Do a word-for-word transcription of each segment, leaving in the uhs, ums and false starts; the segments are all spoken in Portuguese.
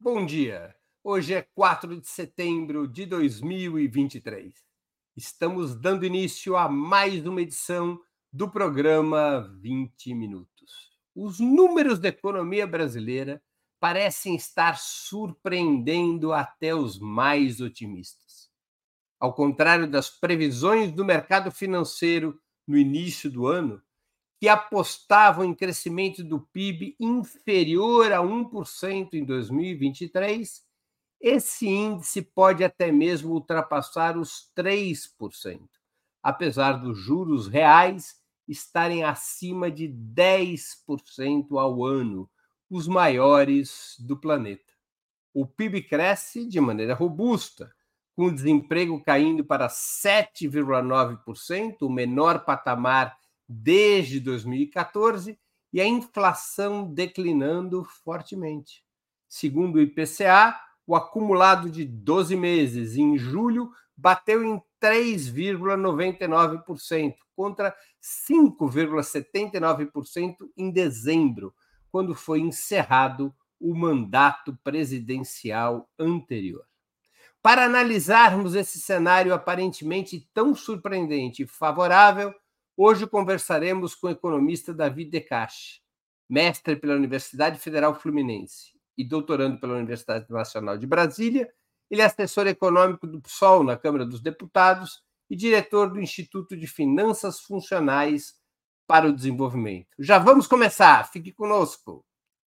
Bom dia. Hoje é quatro de setembro de dois mil e vinte e três. Estamos dando início a mais uma edição do programa vinte Minutos. Os números da economia brasileira parecem estar surpreendendo até os mais otimistas. Ao contrário das previsões do mercado financeiro no início do ano, que apostavam em crescimento do P I B inferior a um por cento em dois mil e vinte e três, esse índice pode até mesmo ultrapassar os três por cento, apesar dos juros reais estarem acima de dez por cento ao ano, os maiores do planeta. O P I B cresce de maneira robusta, com o desemprego caindo para sete vírgula nove por cento, o menor patamar desde dois mil e quatorze, e a inflação declinando fortemente. Segundo o I P C A, o acumulado de doze meses em julho bateu em três vírgula noventa e nove por cento, contra cinco vírgula setenta e nove por cento em dezembro, quando foi encerrado o mandato presidencial anterior. Para analisarmos esse cenário aparentemente tão surpreendente e favorável, hoje conversaremos com o economista David Decache, mestre pela Universidade Federal Fluminense e doutorando pela Universidade Nacional de Brasília. Ele é assessor econômico do P SOL na Câmara dos Deputados e diretor do Instituto de Finanças Funcionais para o Desenvolvimento. Já vamos começar, fique conosco.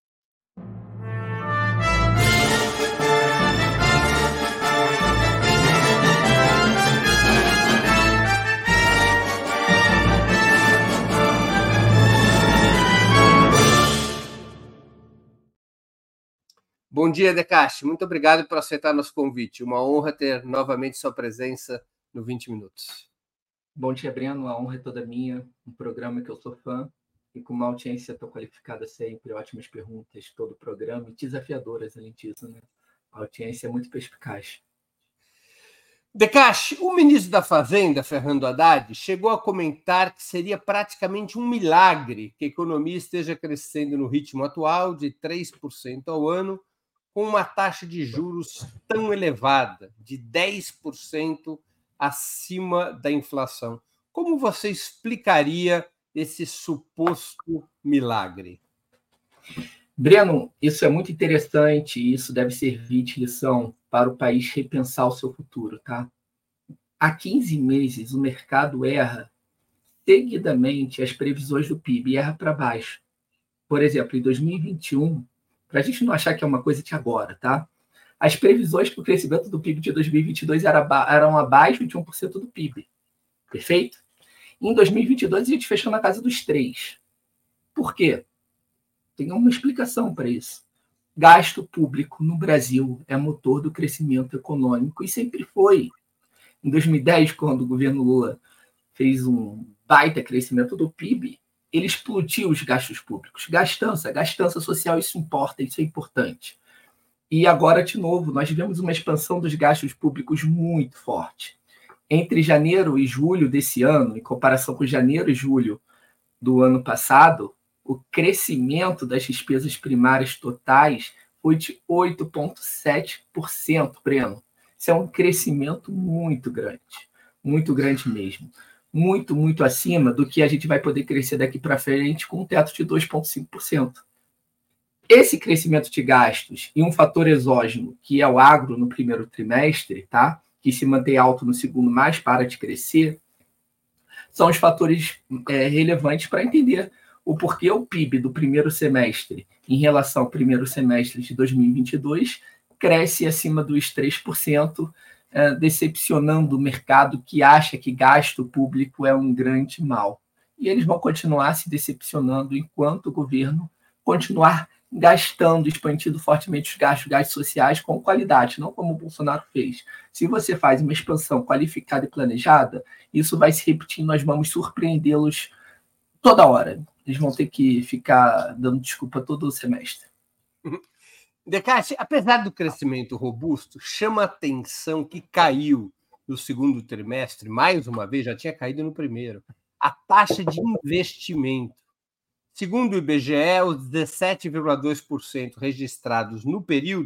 Bom dia, Decache. Muito obrigado por aceitar nosso convite. Uma honra ter novamente sua presença no vinte Minutos. Bom dia, Breno. A honra é toda minha. Um programa que eu sou fã e com uma audiência tão qualificada sempre, ótimas perguntas, todo o programa, e desafiadoras, além disso, né? A audiência é muito perspicaz. Decache, o ministro da Fazenda, Fernando Haddad, chegou a comentar que seria praticamente um milagre que a economia esteja crescendo no ritmo atual de três por cento ao ano, com uma taxa de juros tão elevada, de dez por cento acima da inflação. Como você explicaria esse suposto milagre? Breno, isso é muito interessante e isso deve servir de lição para o país repensar o seu futuro, tá? Há quinze meses, o mercado erra seguidamente as previsões do P I B e erra para baixo. Por exemplo, em dois mil e vinte e um, para a gente não achar que é uma coisa de agora, tá? As previsões para o crescimento do P I B de dois mil e vinte e dois eram abaixo de um por cento do P I B. Perfeito? Em dois mil e vinte e dois, a gente fechou na casa dos três. Por quê? Tem uma explicação para isso. Gasto público no Brasil é motor do crescimento econômico e sempre foi. Em dois mil e dez, quando o governo Lula fez um baita crescimento do P I B, ele explodiu os gastos públicos. Gastança, gastança social, isso importa, isso é importante. E agora, de novo, nós tivemos uma expansão dos gastos públicos muito forte. Entre janeiro e julho desse ano, em comparação com janeiro e julho do ano passado, o crescimento das despesas primárias totais foi de oito vírgula sete por cento, Breno. Isso é um crescimento muito grande, muito grande mesmo. Muito, muito acima do que a gente vai poder crescer daqui para frente com um teto de dois vírgula cinco por cento. Esse crescimento de gastos e um fator exógeno, que é o agro no primeiro trimestre, tá? Que se mantém alto no segundo, mas para de crescer, são os fatores é, relevantes para entender o porquê o P I B do primeiro semestre, em relação ao primeiro semestre de dois mil e vinte e dois, cresce acima dos três por cento, é, decepcionando o mercado que acha que gasto público é um grande mal. E eles vão continuar se decepcionando enquanto o governo continuar gastando, expandindo fortemente os gastos, gastos sociais com qualidade, não como o Bolsonaro fez. Se você faz uma expansão qualificada e planejada, isso vai se repetir, nós vamos surpreendê-los toda hora. Eles vão ter que ficar dando desculpa todo o semestre. Decache, apesar do crescimento robusto, chama a atenção que caiu no segundo trimestre, mais uma vez, já tinha caído no primeiro, a taxa de investimento. Segundo o I B G E, os dezessete vírgula dois por cento registrados no período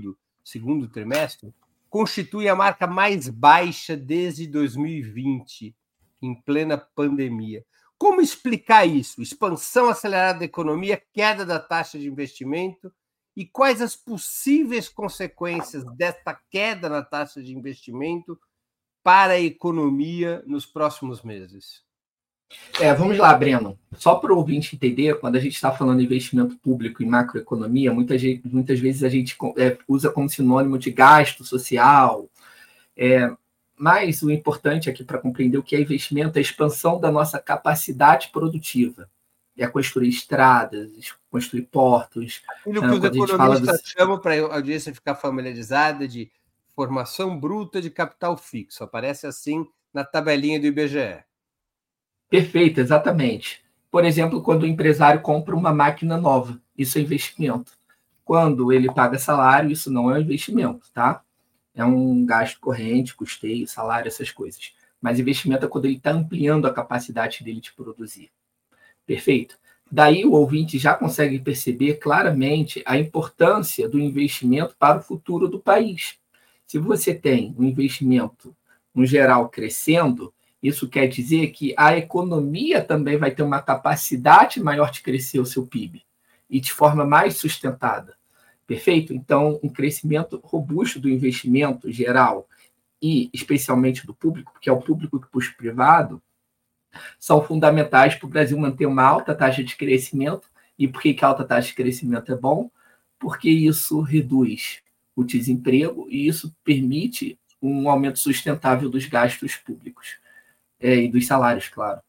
segundo trimestre, constitui a marca mais baixa desde dois mil e vinte, em plena pandemia. Como explicar isso? Expansão acelerada da economia, queda da taxa de investimento, e quais as possíveis consequências desta queda na taxa de investimento para a economia nos próximos meses? É, vamos lá, Breno. Só para o ouvinte entender, quando a gente está falando de investimento público em macroeconomia, muitas, muitas vezes a gente é, usa como sinônimo de gasto social. É, mas o importante aqui para compreender o que é investimento é a expansão da nossa capacidade produtiva. É construir estradas, construir portos. Aquilo que os economistas do... chamam, para a audiência ficar familiarizada, de formação bruta de capital fixo. Aparece assim na tabelinha do I B G E. Perfeito, exatamente. Por exemplo, quando o empresário compra uma máquina nova, isso é investimento. Quando ele paga salário, isso não é um investimento, tá? É um gasto corrente, custeio, salário, essas coisas. Mas investimento é quando ele está ampliando a capacidade dele de produzir. Perfeito? Daí o ouvinte já consegue perceber claramente a importância do investimento para o futuro do país. Se você tem um investimento, no geral, crescendo, isso quer dizer que a economia também vai ter uma capacidade maior de crescer o seu P I B e de forma mais sustentada. Perfeito? Então, um crescimento robusto do investimento geral e especialmente do público, porque é o público que puxa o privado, são fundamentais para o Brasil manter uma alta taxa de crescimento. E por que a alta taxa de crescimento é bom? Porque isso reduz o desemprego e isso permite um aumento sustentável dos gastos públicos. É, e dos salários, claro.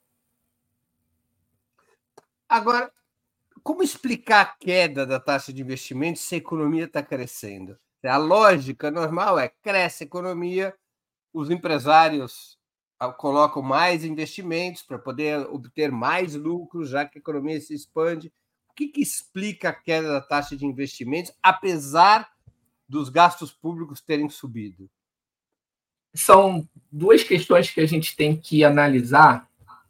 Agora, como explicar a queda da taxa de investimento se a economia está crescendo? A lógica normal é, cresce a economia, os empresários colocam mais investimentos para poder obter mais lucros, já que a economia se expande. O que, que explica a queda da taxa de investimentos, apesar dos gastos públicos terem subido? São duas questões que a gente tem que analisar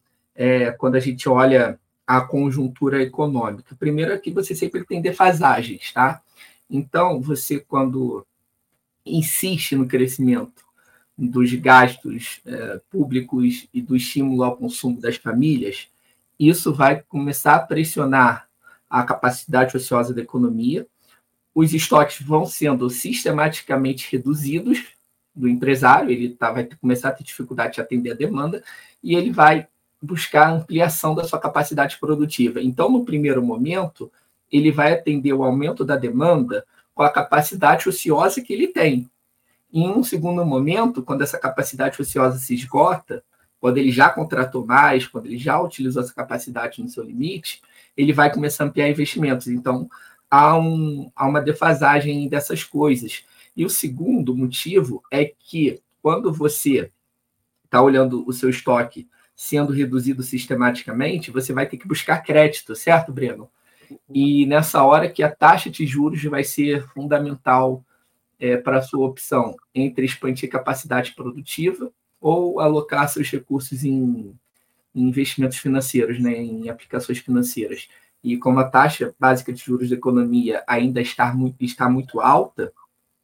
é, quando a gente olha a conjuntura econômica. Primeiro é que você sempre tem defasagens, tá? Então, você, quando insiste no crescimento dos gastos é, públicos e do estímulo ao consumo das famílias, isso vai começar a pressionar a capacidade ociosa da economia, os estoques vão sendo sistematicamente reduzidos do empresário, ele tá, vai começar a ter dificuldade de atender a demanda, e ele vai buscar a ampliação da sua capacidade produtiva. Então, no primeiro momento, ele vai atender o aumento da demanda com a capacidade ociosa que ele tem. Em um segundo momento, quando essa capacidade ociosa se esgota, quando ele já contratou mais, quando ele já utilizou essa capacidade no seu limite, ele vai começar a ampliar investimentos. Então, há, um, há uma defasagem dessas coisas. E o segundo motivo é que, quando você está olhando o seu estoque sendo reduzido sistematicamente, você vai ter que buscar crédito, certo, Breno? E nessa hora que a taxa de juros vai ser fundamental é, para a sua opção entre expandir capacidade produtiva ou alocar seus recursos em, em investimentos financeiros, né, em aplicações financeiras. E como a taxa básica de juros da economia ainda está muito, está muito alta,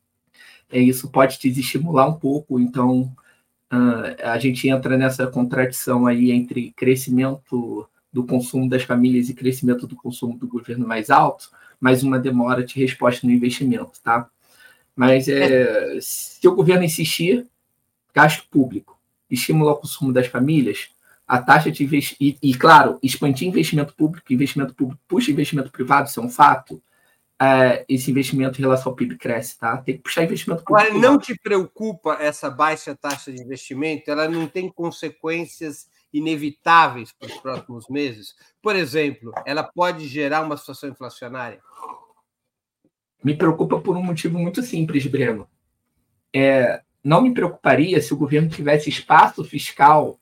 é, isso pode te desestimular um pouco. Então, uh, a gente entra nessa contradição aí entre crescimento do consumo das famílias e crescimento do consumo do governo mais alto, mas uma demora de resposta no investimento, tá? Mas é, se o governo insistir, gasto público, estímulo ao consumo das famílias, a taxa de investimento, e, e, claro, expandir investimento público, investimento público puxa investimento privado, isso é um fato, é, esse investimento em relação ao P I B cresce, tá? Tem que puxar investimento público. Agora, não te preocupa essa baixa taxa de investimento? Ela não tem consequências inevitáveis para os próximos meses? Por exemplo, ela pode gerar uma situação inflacionária? Me preocupa por um motivo muito simples, Breno. É, não me preocuparia se o governo tivesse espaço fiscal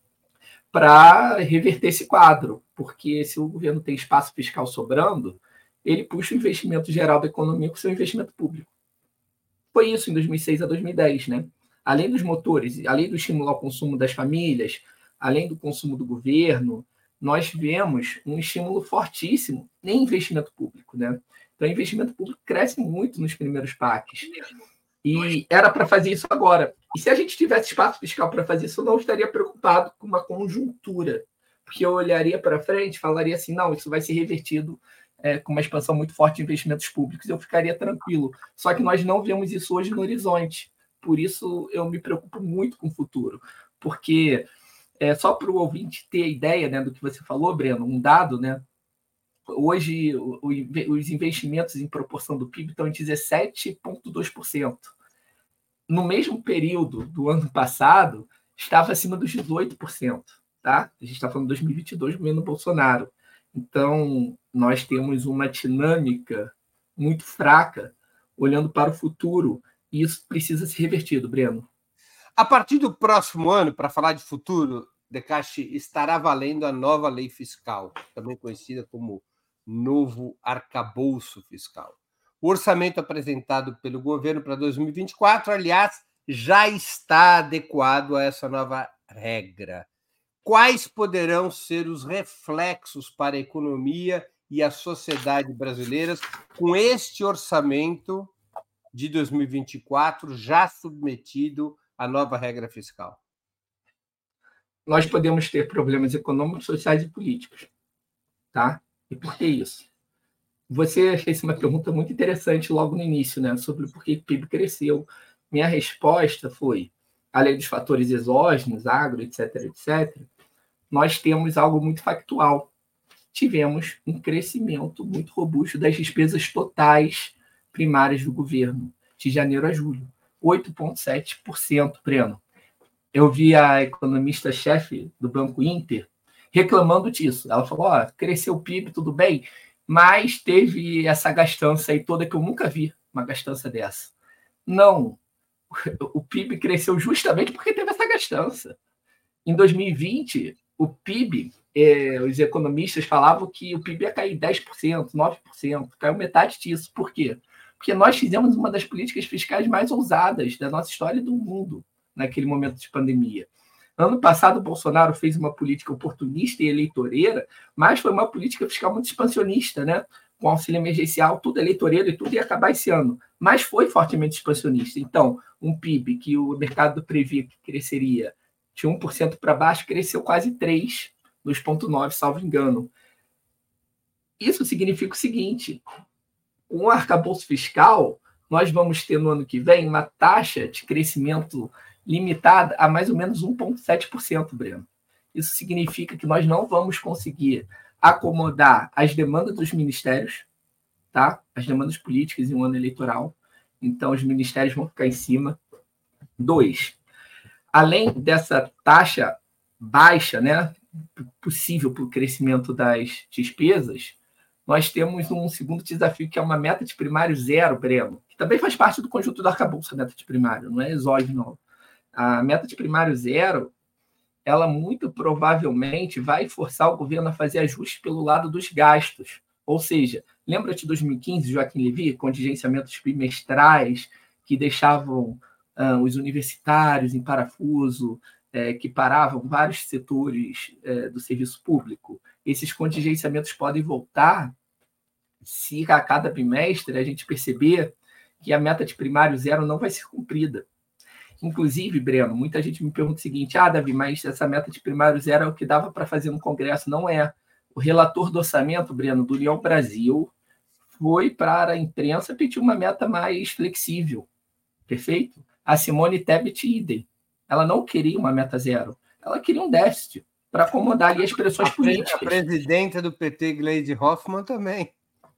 para reverter esse quadro, porque se o governo tem espaço fiscal sobrando, ele puxa o investimento geral da economia com o seu investimento público. Foi isso em dois mil e seis a dois mil e dez, né? Além dos motores, além do estímulo ao consumo das famílias, além do consumo do governo, nós vemos um estímulo fortíssimo em investimento público, né? Então, o investimento público cresce muito nos primeiros P A Cs. E era para fazer isso agora. E se a gente tivesse espaço fiscal para fazer isso, eu não estaria preocupado com uma conjuntura, porque eu olharia para frente e falaria assim, não, isso vai ser revertido é, com uma expansão muito forte de investimentos públicos, eu ficaria tranquilo. Só que nós não vemos isso hoje no horizonte. Por isso, eu me preocupo muito com o futuro. Porque, é, só para o ouvinte ter ideia, né, do que você falou, Breno, um dado, né? Hoje, o, o, os investimentos em proporção do P I B estão em dezessete vírgula dois por cento. No mesmo período do ano passado, estava acima dos dezoito por cento. Tá? A gente está falando de dois mil e vinte e dois, governo Bolsonaro. Então, nós temos uma dinâmica muito fraca, olhando para o futuro, e isso precisa ser revertido, Breno. A partir do próximo ano, para falar de futuro, Decache, estará valendo a nova lei fiscal, também conhecida como novo arcabouço fiscal. O orçamento apresentado pelo governo para dois mil e vinte e quatro, aliás, já está adequado a essa nova regra. Quais poderão ser os reflexos para a economia e a sociedade brasileiras com este orçamento de dois mil e vinte e quatro já submetido à nova regra fiscal? Nós podemos ter problemas econômicos, sociais e políticos. Tá? E por que isso? Você fez uma pergunta muito interessante logo no início, né, sobre por que o P I B cresceu. Minha resposta foi, além dos fatores exógenos, agro, etc, etcétera, nós temos algo muito factual. Tivemos um crescimento muito robusto das despesas totais primárias do governo, de janeiro a julho, oito vírgula sete por cento, Breno. Eu vi a economista-chefe do Banco Inter reclamando disso. Ela falou, ó, cresceu o P I B, tudo bem, mas teve essa gastança aí toda que eu nunca vi, uma gastança dessa. Não, o P I B cresceu justamente porque teve essa gastança. Em dois mil e vinte, o P I B, eh, os economistas falavam que o P I B ia cair dez por cento, nove por cento, caiu metade disso. Por quê? Porque nós fizemos uma das políticas fiscais mais ousadas da nossa história e do mundo naquele momento de pandemia. Ano passado, o Bolsonaro fez uma política oportunista e eleitoreira, mas foi uma política fiscal muito expansionista, né? Com auxílio emergencial, tudo eleitoreiro e tudo ia acabar esse ano. Mas foi fortemente expansionista. Então, um P I B que o mercado previa que cresceria de um por cento para baixo, cresceu quase três por cento, dois vírgula nove por cento, salvo engano. Isso significa o seguinte, com o arcabouço fiscal, nós vamos ter no ano que vem uma taxa de crescimento limitada a mais ou menos um vírgula sete por cento, Breno. Isso significa que nós não vamos conseguir acomodar as demandas dos ministérios, tá? As demandas políticas em um ano eleitoral. Então, os ministérios vão ficar em cima. Dois, além dessa taxa baixa, né, possível para o crescimento das despesas, nós temos um segundo desafio, que é uma meta de primário zero, Breno, que também faz parte do conjunto do arcabouço, a meta de primário, não é exógeno, não. A meta de primário zero, ela muito provavelmente vai forçar o governo a fazer ajustes pelo lado dos gastos. Ou seja, lembra de dois mil e quinze, Joaquim Levy, contingenciamentos bimestrais que deixavam ah, os universitários em parafuso, eh, que paravam vários setores eh, do serviço público? Esses contingenciamentos podem voltar se a cada bimestre a gente perceber que a meta de primário zero não vai ser cumprida. Inclusive, Breno, muita gente me pergunta o seguinte, ah, Davi, mas essa meta de primário zero é o que dava para fazer no Congresso. Não é. O relator do orçamento, Breno, do União Brasil, foi para a imprensa pedir uma meta mais flexível. Perfeito? A Simone Tebet, idem. Ela não queria uma meta zero. Ela queria um déficit para acomodar ali as pressões a políticas. A presidenta do P T, Gleisi Hoffmann, também.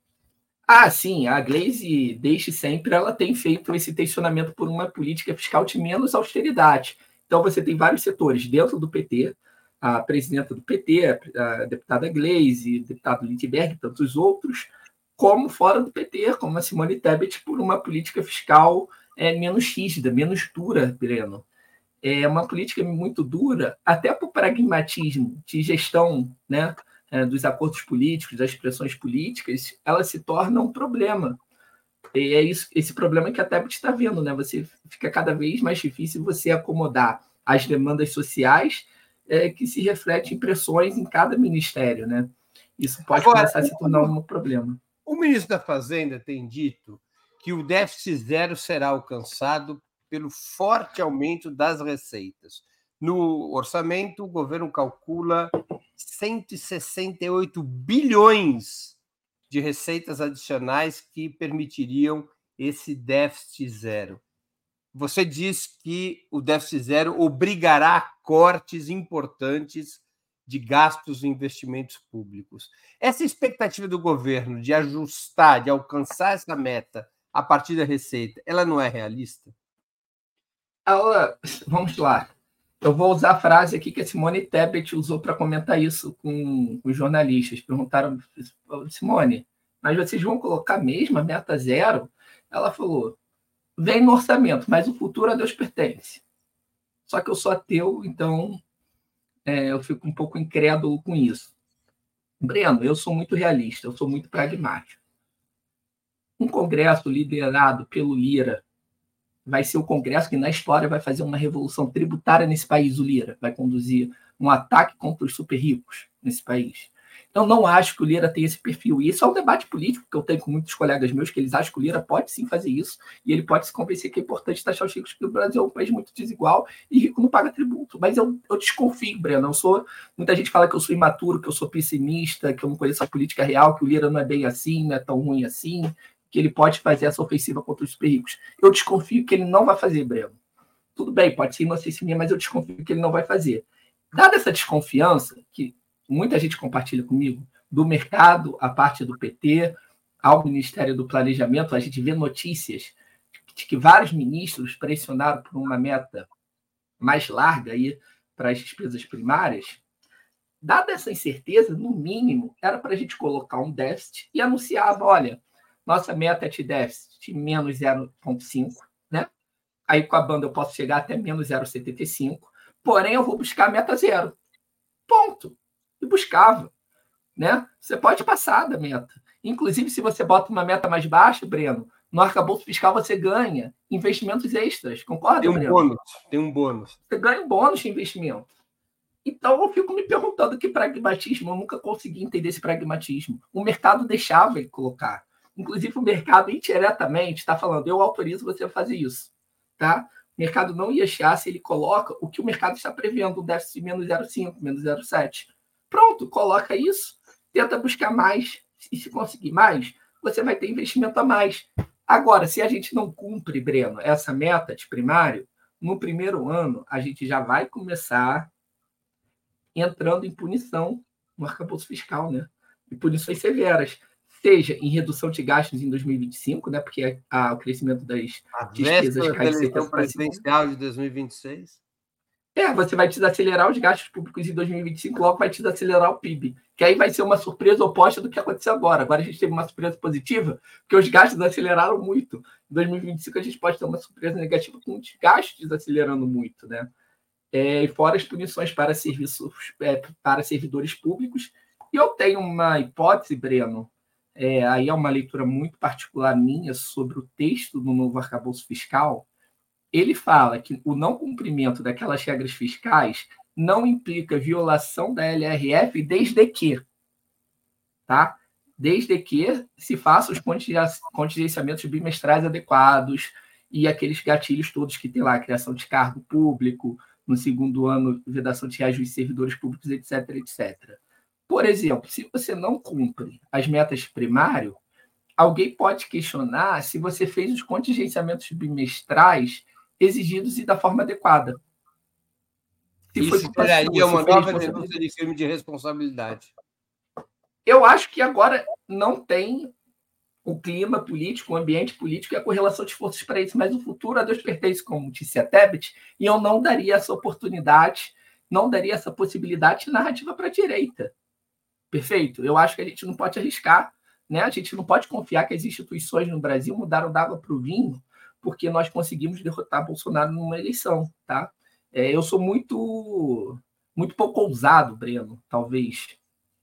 Ah, sim, a Gleisi, desde sempre, ela tem feito esse tensionamento por uma política fiscal de menos austeridade. Então, você tem vários setores dentro do P T, a presidenta do P T, a deputada Gleisi, o deputado Lindbergh e tantos outros, como fora do P T, como a Simone Tebet, por uma política fiscal é, menos rígida, menos dura, Breno. É uma política muito dura, até por pragmatismo de gestão, né, dos acordos políticos, das pressões políticas, ela se torna um problema. E é isso, esse problema que a Tebet está vendo, né? Você fica cada vez mais difícil você acomodar as demandas sociais é, que se refletem em pressões em cada ministério, né? Isso pode Agora, começar a se tornar um problema. O ministro da Fazenda tem dito que o déficit zero será alcançado pelo forte aumento das receitas. No orçamento, o governo calcula cento e sessenta e oito bilhões de receitas adicionais que permitiriam esse déficit zero. Você diz que o déficit zero obrigará a cortes importantes de gastos e investimentos públicos. Essa expectativa do governo de ajustar, de alcançar essa meta a partir da receita, ela não é realista? Ela, vamos lá. Eu vou usar a frase aqui que a Simone Tebet usou para comentar isso com os jornalistas. Perguntaram, Simone, mas vocês vão colocar mesmo a meta zero? Ela falou, vem no orçamento, mas o futuro a Deus pertence. Só que eu sou ateu, então é, eu fico um pouco incrédulo com isso. Breno, eu sou muito realista, eu sou muito pragmático. Um congresso liderado pelo Lira vai ser o congresso que na história vai fazer uma revolução tributária nesse país, o Lira. Vai conduzir um ataque contra os super ricos nesse país. Eu não acho que o Lira tem esse perfil. E isso é um debate político que eu tenho com muitos colegas meus, que eles acham que o Lira pode sim fazer isso, e ele pode se convencer que é importante taxar os ricos, porque o Brasil é um país muito desigual e rico não paga tributo. Mas eu, eu desconfio, Breno. Eu sou, muita gente fala que eu sou imaturo, que eu sou pessimista, que eu não conheço a política real, que o Lira não é bem assim, não é tão ruim assim, que ele pode fazer essa ofensiva contra os super ricos. Eu desconfio que ele não vai fazer, Breno. Tudo bem, pode ser inocência minha, mas eu desconfio que ele não vai fazer. Dada essa desconfiança, que muita gente compartilha comigo, do mercado, a parte do P T, ao Ministério do Planejamento, a gente vê notícias de que vários ministros pressionaram por uma meta mais larga aí para as despesas primárias. Dada essa incerteza, no mínimo, era para a gente colocar um déficit e anunciar, olha, nossa meta é de déficit de menos zero vírgula cinco, né? Aí com a banda eu posso chegar até menos zero vírgula setenta e cinco, porém eu vou buscar a meta zero. Ponto. E buscava. Né? Você pode passar da meta. Inclusive, se você bota uma meta mais baixa, Breno, no arcabouço fiscal você ganha investimentos extras. Concorda, tem um Breno? Bônus, tem um bônus. Você ganha um bônus de investimento. Então, eu fico me perguntando que pragmatismo, eu nunca consegui entender esse pragmatismo. O mercado deixava ele colocar. Inclusive, o mercado indiretamente está falando, eu autorizo você a fazer isso. Tá? O mercado não ia achar se ele coloca o que o mercado está prevendo, um déficit de menos zero vírgula cinco, menos zero vírgula sete. Pronto, coloca isso, tenta buscar mais, e se conseguir mais, você vai ter investimento a mais. Agora, se a gente não cumpre, Breno, essa meta de primário, no primeiro ano, a gente já vai começar entrando em punição no arcabouço fiscal, né? E punições severas, seja em redução de gastos em dois mil e vinte e cinco, né? Porque a, o crescimento das a despesas cai de eleição presidencial de dois mil e vinte e seis. É, você vai desacelerar os gastos públicos em dois mil e vinte e cinco, logo vai desacelerar o P I B. Que aí vai ser uma surpresa oposta do que aconteceu agora. Agora a gente teve uma surpresa positiva, porque os gastos aceleraram muito. Em dois mil e vinte e cinco a gente pode ter uma surpresa negativa com os gastos desacelerando muito, né? É, e fora as punições para serviços, é, para servidores públicos. E eu tenho uma hipótese, Breno, é, aí é uma leitura muito particular minha sobre o texto do novo arcabouço fiscal. Ele fala que o não cumprimento daquelas regras fiscais não implica violação da L R F desde que, tá? Desde que se façam os contingenciamentos bimestrais adequados e aqueles gatilhos todos que tem lá, criação de cargo público, no segundo ano, vedação de reajuste de servidores públicos, etc, etcétera. Por exemplo, se você não cumpre as metas de primário, alguém pode questionar se você fez os contingenciamentos bimestrais exigidos e da forma adequada. Se Isso geraria uma nova denúncia de crime de responsabilidade. Eu acho que agora não tem o clima político, o ambiente político e a correlação de forças para isso, mas o futuro a Deus pertence, como disse a Tebet, e eu não daria essa oportunidade, não daria essa possibilidade de narrativa para a direita. Perfeito? Eu acho que a gente não pode arriscar, né? A gente não pode confiar que as instituições no Brasil mudaram da água para o vinho porque nós conseguimos derrotar Bolsonaro numa eleição, tá? É, eu sou muito, muito pouco ousado, Breno, talvez.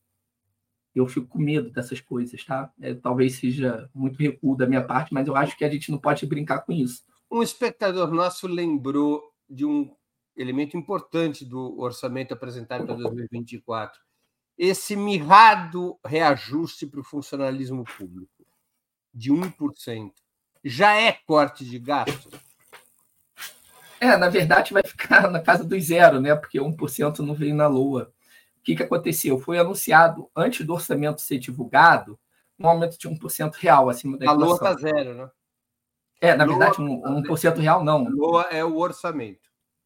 Eu fico com medo dessas coisas, tá? É, talvez seja muito recuo da minha parte, mas eu acho que a gente não pode brincar com isso. Um espectador nosso lembrou de um elemento importante do orçamento apresentado para dois mil e vinte e quatro. Esse mirrado reajuste para o funcionalismo público. de um por cento já é corte de gastos? É, na verdade, vai ficar na casa do zero, né? Porque um por cento não veio na Lua. O que, que aconteceu? Foi anunciado, antes do orçamento ser divulgado, um aumento de um por cento real acima da A Lua inflação. está zero, né? É, na Lua, verdade, um, um por cento real não. Lua é o orçamento.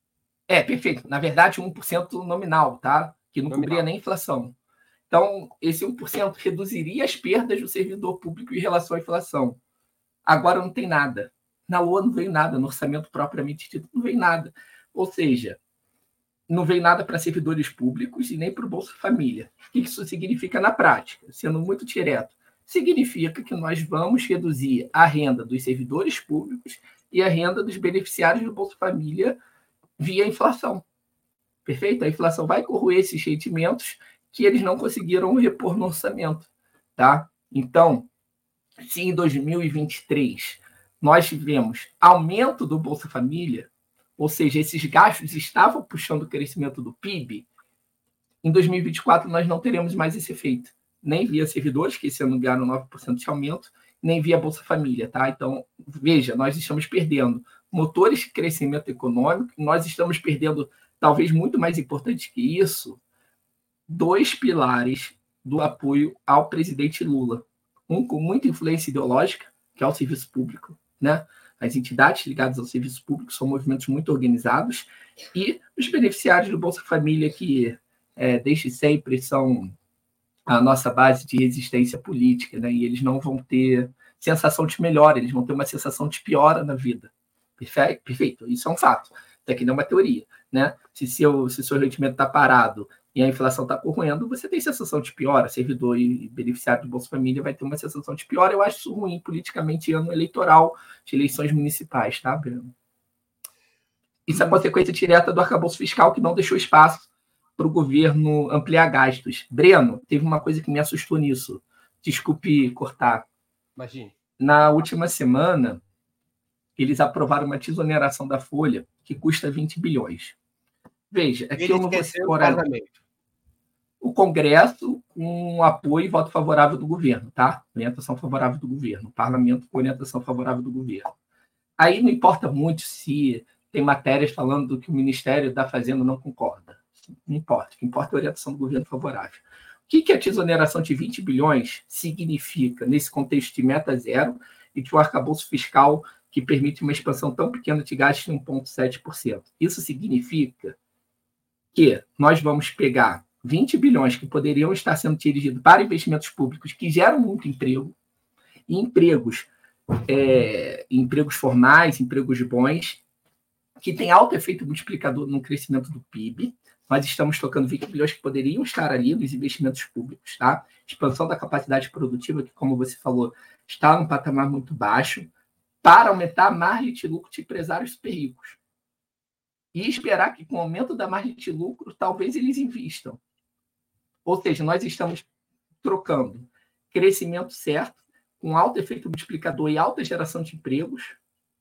É, perfeito. Na verdade, um por cento nominal, tá? Que não nominal. Cobria nem inflação. Então, esse um por cento reduziria as perdas do servidor público em relação à inflação. Agora não tem nada. Na Lua não veio nada, no orçamento propriamente dito não veio nada. Ou seja, não veio nada para servidores públicos e nem para o Bolsa Família. O que isso significa na prática? Sendo muito direto, significa que nós vamos reduzir a renda dos servidores públicos e a renda dos beneficiários do Bolsa Família via inflação. Perfeito? A inflação vai corroer esses rendimentos que eles não conseguiram repor no orçamento. Tá? Então, se em dois mil e vinte e três nós tivemos aumento do Bolsa Família, ou seja, esses gastos estavam puxando o crescimento do P I B, em dois mil e vinte e quatro nós não teremos mais esse efeito. Nem via servidores, que esse ano ganharam nove por cento de aumento, nem via Bolsa Família. Tá? Então, veja, nós estamos perdendo motores de crescimento econômico, nós estamos perdendo, talvez muito mais importante que isso, dois pilares do apoio ao presidente Lula. Um com muita influência ideológica, que é o serviço público, né? As entidades ligadas ao serviço público são movimentos muito organizados, e os beneficiários do Bolsa Família, que é, desde sempre são a nossa base de resistência política, né? E eles não vão ter sensação de melhora, eles vão ter uma sensação de piora na vida. Perfeito? Perfeito. Isso é um fato. Isso aqui não é uma teoria, né? Se seu, se seu rendimento está parado e a inflação está corroendo, você tem sensação de piora. Servidor e beneficiário do Bolsa Família vai ter uma sensação de piora. Eu acho isso ruim politicamente em ano eleitoral de eleições municipais, tá, Breno? Isso é consequência direta do arcabouço fiscal, que não deixou espaço para o governo ampliar gastos. Breno, teve uma coisa que me assustou nisso. Desculpe cortar. Imagine. Na última semana, eles aprovaram uma desoneração da folha que custa vinte bilhões. Veja, aqui eu não vou explorar o Congresso com apoio e voto favorável do governo, tá? Orientação favorável do governo. O parlamento com orientação favorável do governo. Aí não importa muito se tem matérias falando do que o Ministério da Fazenda não concorda. Não importa. O que importa é a orientação do governo favorável. O que, que a desoneração de vinte bilhões significa nesse contexto de meta zero e de um arcabouço fiscal que permite uma expansão tão pequena de gastos de um vírgula sete por cento? Isso significa que nós vamos pegar vinte bilhões que poderiam estar sendo dirigidos para investimentos públicos que geram muito emprego, e empregos, é, empregos formais, empregos bons, que têm alto efeito multiplicador no crescimento do P I B. Nós estamos tocando vinte bilhões que poderiam estar ali nos investimentos públicos, tá? Expansão da capacidade produtiva, que, como você falou, está num patamar muito baixo, para aumentar a margem de lucro de empresários super ricos. E esperar que, com o aumento da margem de lucro, talvez eles invistam. Ou seja, nós estamos trocando crescimento certo, com alto efeito multiplicador e alta geração de empregos,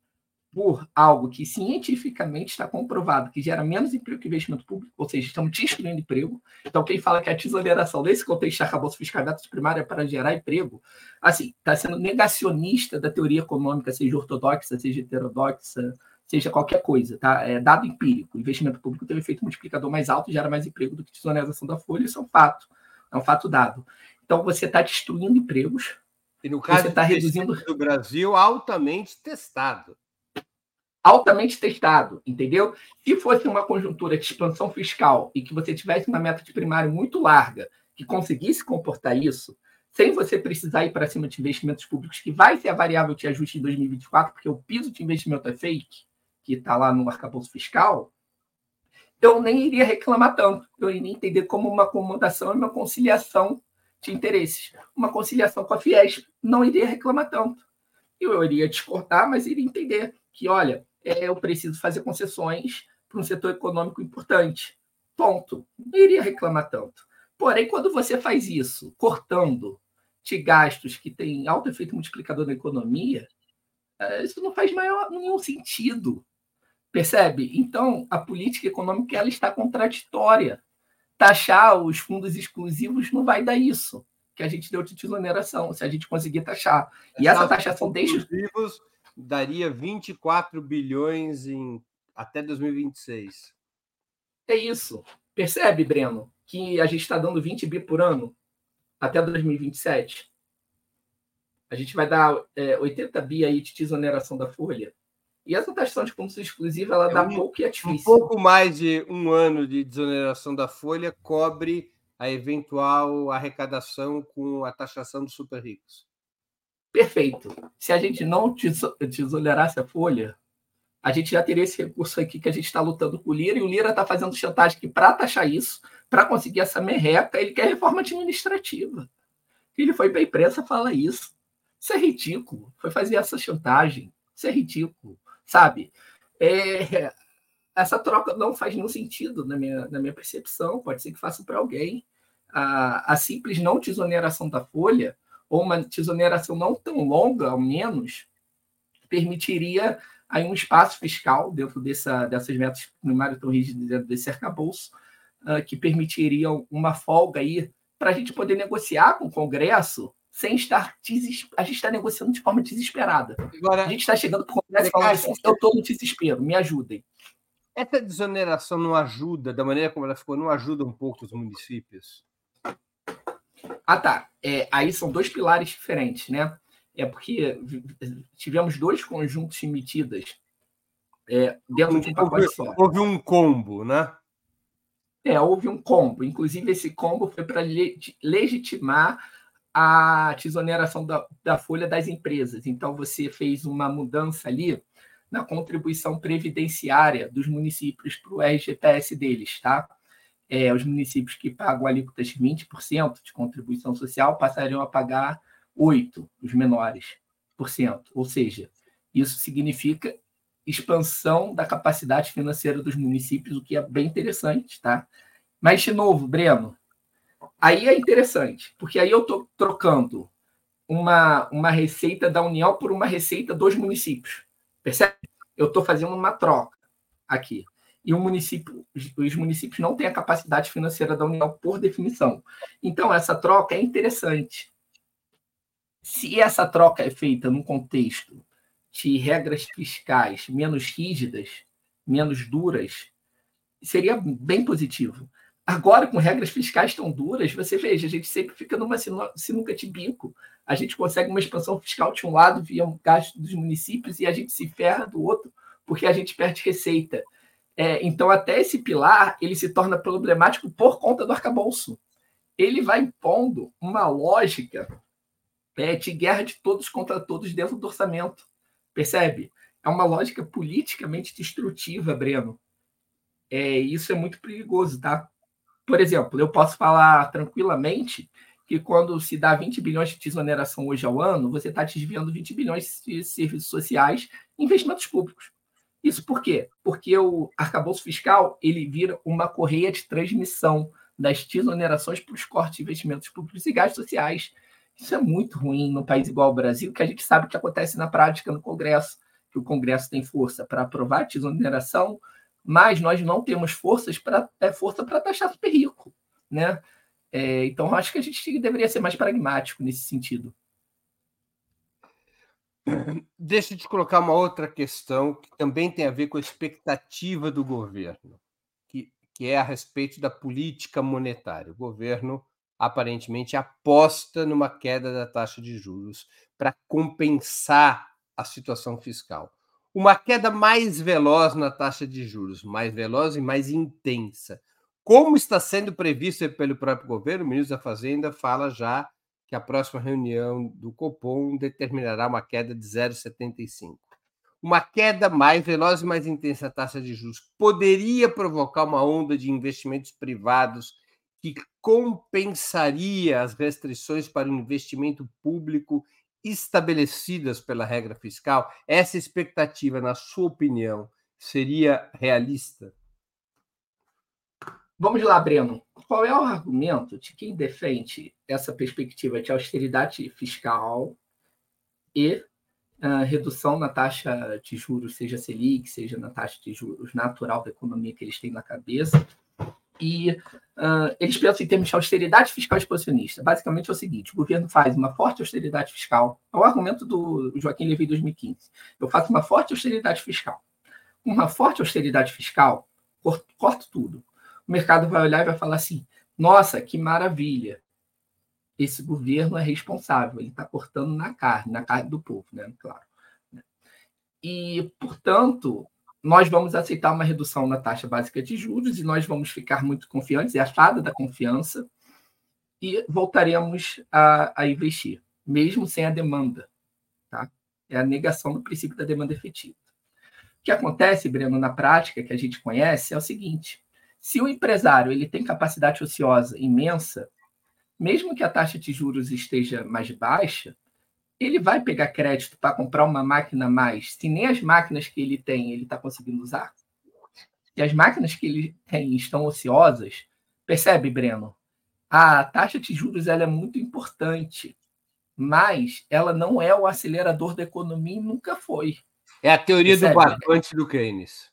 por algo que cientificamente está comprovado que gera menos emprego que investimento público, ou seja, estamos destruindo emprego. Então, quem fala que a desoneração nesse contexto de arcabouço fiscal primário é para gerar emprego, assim, está sendo negacionista da teoria econômica, seja ortodoxa, seja heterodoxa, seja qualquer coisa, tá? É dado empírico. O investimento público tem um efeito multiplicador mais alto e gera mais emprego do que a desoneração da folha, isso é um fato. É um fato dado. Então, você está destruindo empregos. E no caso você está reduzindo do Brasil, altamente testado. Altamente testado, entendeu? Se fosse uma conjuntura de expansão fiscal e que você tivesse uma meta de primário muito larga, que conseguisse comportar isso, sem você precisar ir para cima de investimentos públicos, que vai ser a variável de ajuste em dois mil e vinte e quatro, porque o piso de investimento é fake, que está lá no arcabouço fiscal, eu nem iria reclamar tanto. Eu iria entender como uma acomodação e uma conciliação de interesses. Uma conciliação com a Fiesp, não iria reclamar tanto. Eu iria discordar, mas iria entender que, olha, é, eu preciso fazer concessões para um setor econômico importante. Ponto. Não iria reclamar tanto. Porém, quando você faz isso, cortando de gastos que têm alto efeito multiplicador na economia, isso não faz maior, nenhum sentido. Percebe? Então, a política econômica ela está contraditória. Taxar os fundos exclusivos não vai dar isso. que a gente deu de desoneração, se a gente conseguir taxar. E essa taxação deixa... daria vinte e quatro bilhões em... até dois mil e vinte e seis. É isso. Percebe, Breno, que a gente está dando vinte bi por ano até dois mil e vinte e sete? A gente vai dar é, oitenta bi aí de desoneração da folha. E essa taxação de combustível exclusiva, ela é dá um, pouco e é difícil. Um pouco mais de um ano de desoneração da folha cobre a eventual arrecadação com a taxação dos super ricos. Perfeito. Se a gente não desonerasse a folha, a gente já teria esse recurso aqui que a gente está lutando com o Lira, e o Lira está fazendo chantagem que para taxar isso, para conseguir essa merreca, ele quer reforma administrativa. Ele foi para a imprensa falar isso. Isso é ridículo. Foi fazer essa chantagem. Isso é ridículo, sabe? É... Essa troca não faz nenhum sentido na minha, na minha percepção. Pode ser que faça para alguém. A, a simples não desoneração da folha, ou uma desoneração não tão longa, ao menos, permitiria aí um espaço fiscal dentro dessa, dessas metas primárias tão rígidas, dentro desse arcabouço, uh, que permitiria uma folga aí para a gente poder negociar com o Congresso sem estar... Deses... A gente está negociando de forma desesperada. Agora, a gente está chegando para o Congresso e falando assim, eu estou no desespero, me ajudem. Essa desoneração não ajuda, da maneira como ela ficou, não ajuda um pouco os municípios? Ah, tá. É, aí são dois pilares diferentes, né? É porque tivemos dois conjuntos de medidas é, dentro de um pacote houve, só. Houve um combo, né? É, houve um combo. Inclusive, esse combo foi para legitimar a desoneração da, da folha das empresas. Então, você fez uma mudança ali na contribuição previdenciária dos municípios para o R G P S deles, tá? É, os municípios que pagam alíquotas de vinte por cento de contribuição social passariam a pagar oito por cento, os menores, por cento. Ou seja, isso significa expansão da capacidade financeira dos municípios, o que é bem interessante, tá? Mas, de novo, Breno, aí é interessante, porque aí eu estou trocando uma, uma receita da União por uma receita dos municípios. Percebe? Eu estou fazendo uma troca aqui. E o município, os municípios não têm a capacidade financeira da União, por definição. Então, essa troca é interessante. Se essa troca é feita num contexto de regras fiscais menos rígidas, menos duras, seria bem positivo. Agora, com regras fiscais tão duras, você veja, a gente sempre fica numa sinuca de bico. A gente consegue uma expansão fiscal de um lado via um gasto dos municípios e a gente se ferra do outro porque a gente perde receita. É, então, até esse pilar ele se torna problemático por conta do arcabouço. Ele vai impondo uma lógica é, de guerra de todos contra todos dentro do orçamento. Percebe? É uma lógica politicamente destrutiva, Breno. É, isso é muito perigoso, tá? Por exemplo, eu posso falar tranquilamente que quando se dá vinte bilhões de desoneração hoje ao ano, você está desviando vinte bilhões de serviços sociais e investimentos públicos. Isso por quê? Porque o arcabouço fiscal ele vira uma correia de transmissão das desonerações para os cortes de investimentos públicos e gastos sociais. Isso é muito ruim num país igual ao Brasil, que a gente sabe o que acontece na prática no Congresso, que o Congresso tem força para aprovar a desoneração, mas nós não temos forças para é, força para taxar super rico, né? É, então, acho que a gente deveria ser mais pragmático nesse sentido. Deixa eu te colocar uma outra questão que também tem a ver com a expectativa do governo, que, que é a respeito da política monetária. O governo aparentemente aposta numa queda da taxa de juros para compensar a situação fiscal. Uma queda mais veloz na taxa de juros, mais veloz e mais intensa. Como está sendo previsto pelo próprio governo, o ministro da Fazenda fala já que a próxima reunião do Copom determinará uma queda de zero vírgula setenta e cinco. Uma queda mais veloz e mais intensa da taxa de juros poderia provocar uma onda de investimentos privados que compensaria as restrições para o investimento público estabelecidas pela regra fiscal? Essa expectativa, na sua opinião, seria realista? Vamos lá, Breno. Qual é o argumento de quem defende essa perspectiva de austeridade fiscal e uh, redução na taxa de juros, seja Selic, seja na taxa de juros natural da economia que eles têm na cabeça, E uh, eles pensam em termos de austeridade fiscal expansionista. Basicamente é o seguinte, o governo faz uma forte austeridade fiscal, é o argumento do Joaquim Levy em dois mil e quinze. Eu faço uma forte austeridade fiscal. Uma forte austeridade fiscal, corto, corto tudo. O mercado vai olhar e vai falar assim, nossa, que maravilha, esse governo é responsável, ele está cortando na carne, na carne do povo, né? Claro. E, portanto, nós vamos aceitar uma redução na taxa básica de juros e nós vamos ficar muito confiantes, é a fada da confiança, e voltaremos a, a investir, mesmo sem a demanda. Tá? É a negação do princípio da demanda efetiva. O que acontece, Breno, na prática, que a gente conhece, é o seguinte, se o empresário ele tem capacidade ociosa imensa, mesmo que a taxa de juros esteja mais baixa, ele vai pegar crédito para comprar uma máquina a mais, se nem as máquinas que ele tem ele está conseguindo usar? E as máquinas que ele tem estão ociosas, percebe, Breno? A taxa de juros ela é muito importante, mas ela não é o acelerador da economia e nunca foi. É a teoria percebe? Do barbante do Keynes.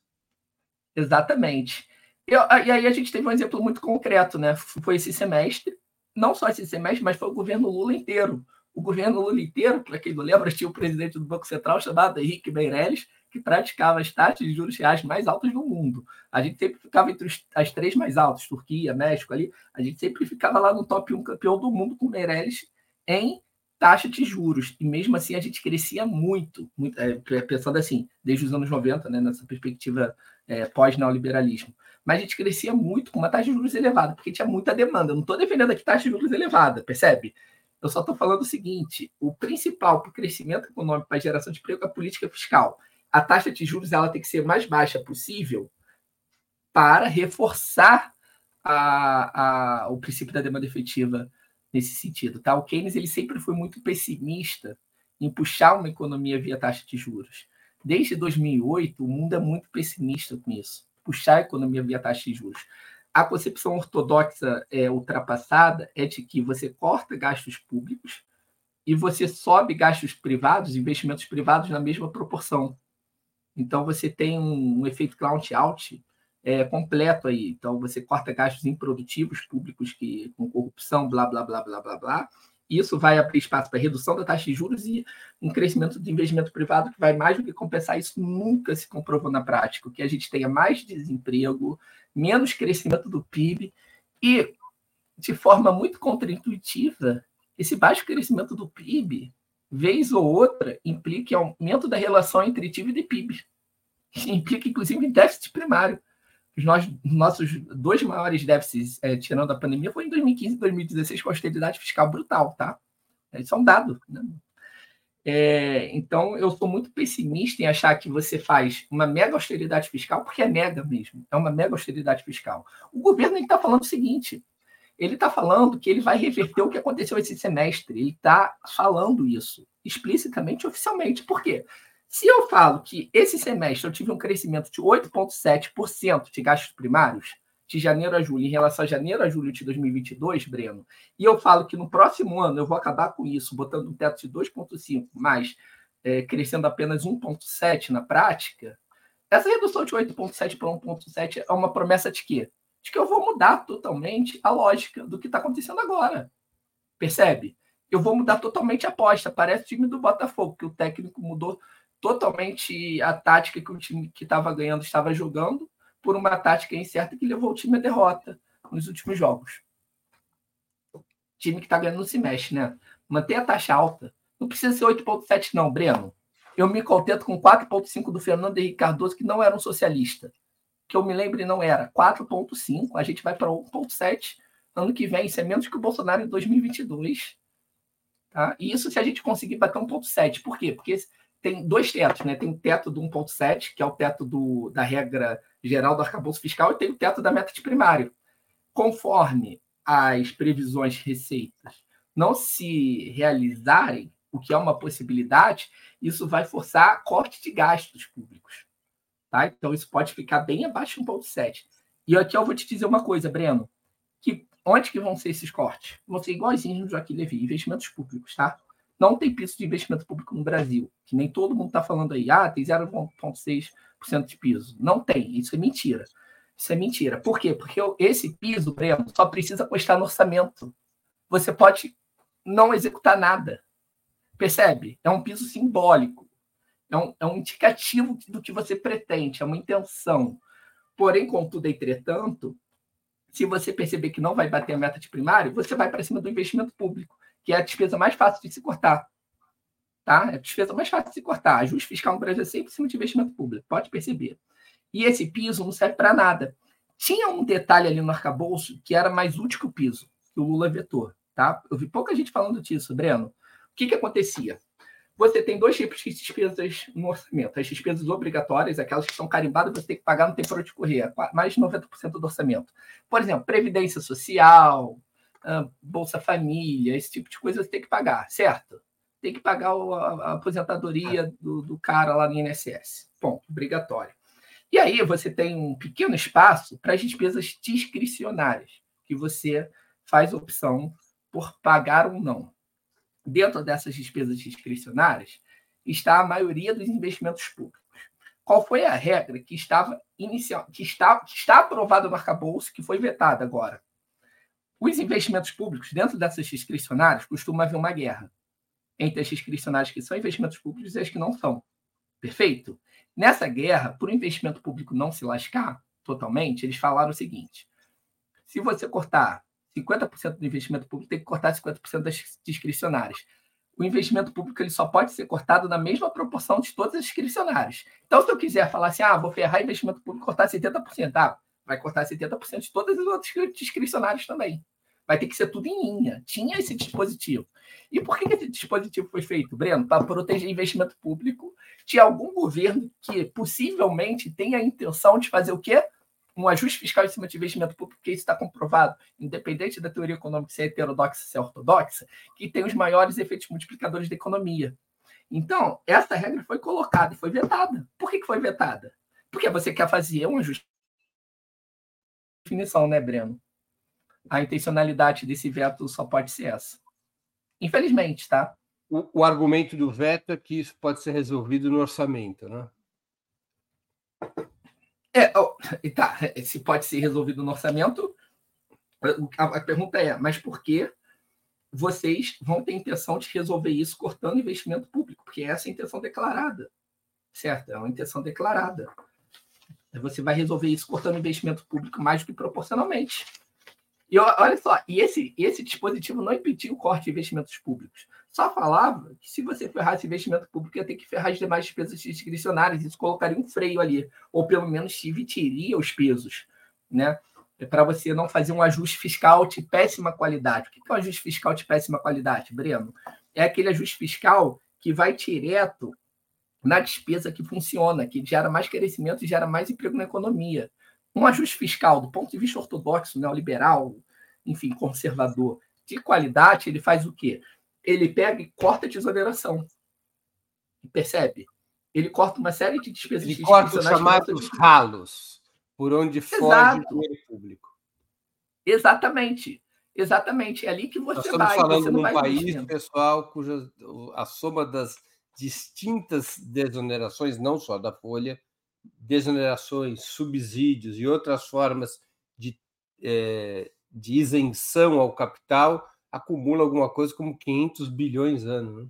Exatamente. E, e aí a gente teve um exemplo muito concreto, né? Foi esse semestre, não só esse semestre, mas foi o governo Lula inteiro. O governo Lula inteiro, para quem não lembra, tinha o presidente do Banco Central chamado Henrique Meirelles, que praticava as taxas de juros reais mais altas do mundo. A gente sempre ficava entre os, as três mais altas, Turquia, México, ali, a gente sempre ficava lá no top um campeão do mundo com Meirelles em taxa de juros. E mesmo assim a gente crescia muito, muito é, pensando assim, desde os anos noventa, né, nessa perspectiva é, pós-neoliberalismo. Mas a gente crescia muito com uma taxa de juros elevada, porque tinha muita demanda. Eu não estou defendendo aqui taxa de juros elevada, percebe? Eu só estou falando o seguinte, o principal para o crescimento econômico, para a geração de emprego, é a política fiscal. A taxa de juros ela tem que ser mais baixa possível para reforçar a, a, o princípio da demanda efetiva nesse sentido. Tá? O Keynes ele sempre foi muito pessimista em puxar uma economia via taxa de juros. Desde dois mil e oito, o mundo é muito pessimista com isso, puxar a economia via taxa de juros. A concepção ortodoxa é, ultrapassada é de que você corta gastos públicos e você sobe gastos privados, investimentos privados na mesma proporção. Então, você tem um, um efeito clown-out é, completo aí. Então, você corta gastos improdutivos públicos que, com corrupção, blá, blá, blá, blá, blá, blá. Isso vai abrir espaço para redução da taxa de juros e um crescimento do investimento privado que vai mais do que compensar. Isso nunca se comprovou na prática. O que a gente tenha mais desemprego, menos crescimento do P I B e, de forma muito contraintuitiva, esse baixo crescimento do P I B, vez ou outra, implica aumento da relação entre T I B e P I B. Implica, inclusive, em déficit primário. Os nossos dois maiores déficits, é, tirando a pandemia, foi em dois mil e quinze e dois mil e dezesseis, com austeridade fiscal brutal, tá? Isso é um dado, né? É, então, eu sou muito pessimista em achar que você faz uma mega austeridade fiscal, porque é mega mesmo, é uma mega austeridade fiscal. O governo está falando o seguinte, ele está falando que ele vai reverter o que aconteceu esse semestre, ele está falando isso explicitamente, oficialmente. Por quê? Se eu falo que esse semestre eu tive um crescimento de oito vírgula sete por cento de gastos primários, de janeiro a julho, em relação a janeiro a julho de dois mil e vinte e dois, Breno, e eu falo que no próximo ano eu vou acabar com isso, botando um teto de dois vírgula cinco, mas é, crescendo apenas um vírgula sete na prática, essa redução de oito vírgula sete para um vírgula sete é uma promessa de quê? De que eu vou mudar totalmente a lógica do que está acontecendo agora. Percebe? Eu vou mudar totalmente a aposta. Parece o time do Botafogo, que o técnico mudou totalmente a tática que o time que estava ganhando estava jogando por uma tática incerta que levou o time à derrota nos últimos jogos. O time que está ganhando não se mexe, né? Manter a taxa alta. Não precisa ser oito vírgula sete não, Breno. Eu me contento com quatro vírgula cinco do Fernando Henrique Cardoso, que não era um socialista. Que eu me lembre, não era. quatro vírgula cinco, a gente vai para um vírgula sete ano que vem. Isso é menos que o Bolsonaro em dois mil e vinte e dois. Tá? E isso se a gente conseguir bater um vírgula sete. Por quê? Porque tem dois tetos, né? Tem o teto do um vírgula sete, que é o teto do, da regra geral do arcabouço fiscal, e tem o teto da meta de primário. Conforme as previsões de receitas não se realizarem, o que é uma possibilidade, isso vai forçar corte de gastos públicos. Tá? Então, isso pode ficar bem abaixo de um vírgula sete. E aqui eu vou te dizer uma coisa, Breno, que onde que vão ser esses cortes? Vão ser iguaizinhos no Joaquim Levy, investimentos públicos, tá? Não tem piso de investimento público no Brasil, que nem todo mundo está falando aí, ah, tem zero vírgula seis por cento de piso. Não tem, isso é mentira. Isso é mentira. Por quê? Porque esse piso, Breno, só precisa constar no orçamento. Você pode não executar nada. Percebe? É um piso simbólico. É um, é um indicativo do que você pretende, é uma intenção. Porém, contudo, entretanto, se você perceber que não vai bater a meta de primário, você vai para cima do investimento público, que é a despesa mais fácil de se cortar. Tá? É a despesa mais fácil de se cortar. Ajuste fiscal no Brasil é sempre em cima de investimento público, pode perceber. E esse piso não serve para nada. Tinha um detalhe ali no arcabouço que era mais útil que o piso, que o Lula vetou. Tá? Eu vi pouca gente falando disso, Breno. O que, que acontecia? Você tem dois tipos de despesas no orçamento. As despesas obrigatórias, aquelas que são carimbadas, você tem que pagar, não tem por onde correr. Mais de noventa por cento do orçamento. Por exemplo, Previdência Social, Bolsa Família, esse tipo de coisa você tem que pagar, certo? Tem que pagar a aposentadoria do, do cara lá no I N S S. Ponto, obrigatório. E aí você tem um pequeno espaço para as despesas discricionárias, que você faz opção por pagar ou não. Dentro dessas despesas discricionárias está a maioria dos investimentos públicos. Qual foi a regra que estava inicial, que está, que está aprovada no arcabouço, que foi vetada agora? Os investimentos públicos, dentro dessas discricionárias, costuma haver uma guerra entre as discricionárias que são investimentos públicos e as que não são. Perfeito? Nessa guerra, por o investimento público não se lascar totalmente, eles falaram o seguinte: se você cortar cinquenta por cento do investimento público, tem que cortar cinquenta por cento das discricionárias. O investimento público ele só pode ser cortado na mesma proporção de todas as discricionárias. Então, se eu quiser falar assim, ah, vou ferrar investimento público e cortar setenta por cento, ah, vai cortar setenta por cento de todas as outras discricionárias também. Vai ter que ser tudo em linha. Tinha esse dispositivo. E por que esse dispositivo foi feito, Breno? Para proteger investimento público de algum governo que possivelmente tenha a intenção de fazer o quê? Um ajuste fiscal em cima de investimento público, porque isso está comprovado, independente da teoria econômica se é heterodoxa ou se é ortodoxa, que tem os maiores efeitos multiplicadores da economia. Então, essa regra foi colocada e foi vetada. Por que foi vetada? Porque você quer fazer um ajuste. Definição, né, Breno? A intencionalidade desse veto só pode ser essa. Infelizmente, tá? O, o argumento do veto é que isso pode ser resolvido no orçamento, né? É, oh, tá, se pode ser resolvido no orçamento, a, a pergunta é, mas por que vocês vão ter intenção de resolver isso cortando investimento público? Porque essa é a intenção declarada, certo? É uma intenção declarada. Você vai resolver isso cortando investimento público mais do que proporcionalmente. E olha só, e esse, esse dispositivo não impedia o corte de investimentos públicos. Só falava que se você ferrasse investimento público, ia ter que ferrar as demais despesas discricionárias. Isso colocaria um freio ali, ou pelo menos dividiria os pesos, né? Para você não fazer um ajuste fiscal de péssima qualidade. O que é um ajuste fiscal de péssima qualidade, Breno? É aquele ajuste fiscal que vai direto na despesa que funciona, que gera mais crescimento e gera mais emprego na economia. Um ajuste fiscal, do ponto de vista ortodoxo, neoliberal, enfim, conservador, de qualidade, ele faz o quê? Ele pega e corta a desoneração. Percebe? Ele corta uma série de despesas ele corta os chamados ralos, por onde foge o dinheiro público. Exatamente. Exatamente. É ali que você Nós estamos vai. falando você num país, pessoal, cuja a soma das distintas desonerações, não só da folha, desonerações, subsídios e outras formas de, é, de isenção ao capital, acumula alguma coisa como quinhentos bilhões ano. Né?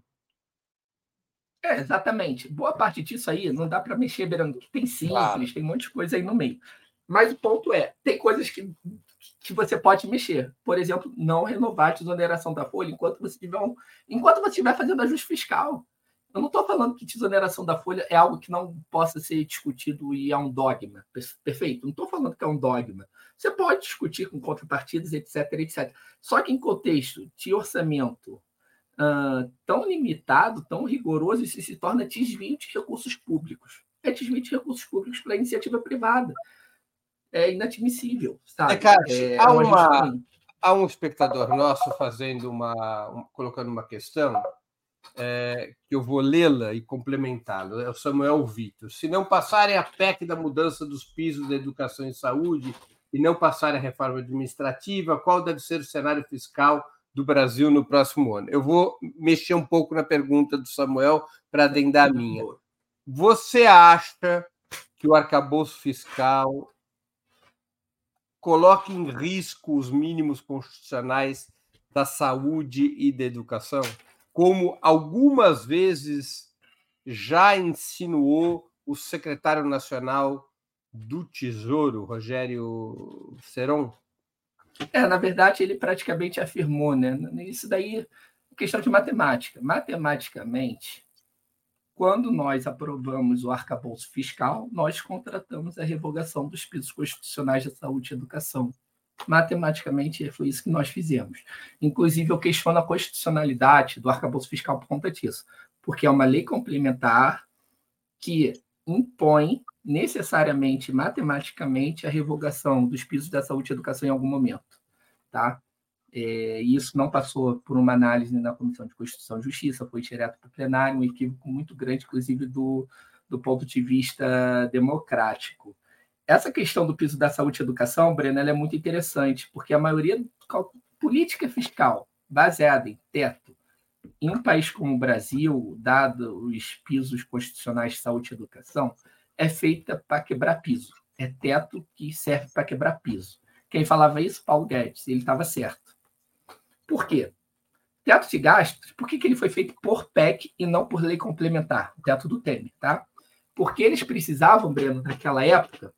É, exatamente. Boa parte disso aí não dá para mexer, Berando, que tem simples, claro. Tem um monte de coisa aí no meio. Mas o ponto é, tem coisas que, que você pode mexer. Por exemplo, não renovar a desoneração da folha enquanto você estiver um, enquanto você estiver fazendo ajuste fiscal. Eu não estou falando que desoneração da folha é algo que não possa ser discutido e é um dogma. Perfeito? Não estou falando que é um dogma. Você pode discutir com contrapartidas, etc, etcétera. Só que em contexto de orçamento uh, tão limitado, tão rigoroso, isso se torna desvio de recursos públicos. É desvio de recursos públicos para a iniciativa privada. É inadmissível, sabe? É, cara, é, há, uma, há um espectador nosso fazendo uma, um, colocando uma questão é, que eu vou lê-la e complementá-lo. É o Samuel Vitor. Se não passarem a P E C da mudança dos pisos da educação e saúde e não passarem a reforma administrativa, qual deve ser o cenário fiscal do Brasil no próximo ano? Eu vou mexer um pouco na pergunta do Samuel para adendar a minha. Você acha que o arcabouço fiscal coloca em risco os mínimos constitucionais da saúde e da educação, como algumas vezes já insinuou o secretário nacional do Tesouro, Rogério Seron? É, na verdade, ele praticamente afirmou, né? Isso daí é questão de matemática. Matematicamente, quando nós aprovamos o arcabouço fiscal, nós contratamos a revogação dos pisos constitucionais da saúde e educação. Matematicamente, foi isso que nós fizemos. Inclusive, eu questiono a constitucionalidade do arcabouço fiscal por conta disso, porque é uma lei complementar que impõe necessariamente, matematicamente, a revogação dos pisos da saúde e educação em algum momento. Tá? É, e isso não passou por uma análise na Comissão de Constituição e Justiça, foi direto para o plenário, um equívoco muito grande, inclusive, do, do ponto de vista democrático. Essa questão do piso da saúde e educação, Breno, ela é muito interessante, porque a maioria da política fiscal baseada em teto, em um país como o Brasil, dado os pisos constitucionais de saúde e educação, é feita para quebrar piso. É teto que serve para quebrar piso. Quem falava isso? Paulo Guedes. Ele estava certo. Por quê? Teto de gastos, por que, que ele foi feito por P E C e não por lei complementar? O teto do Temer, tá? Porque eles precisavam, Breno, naquela época,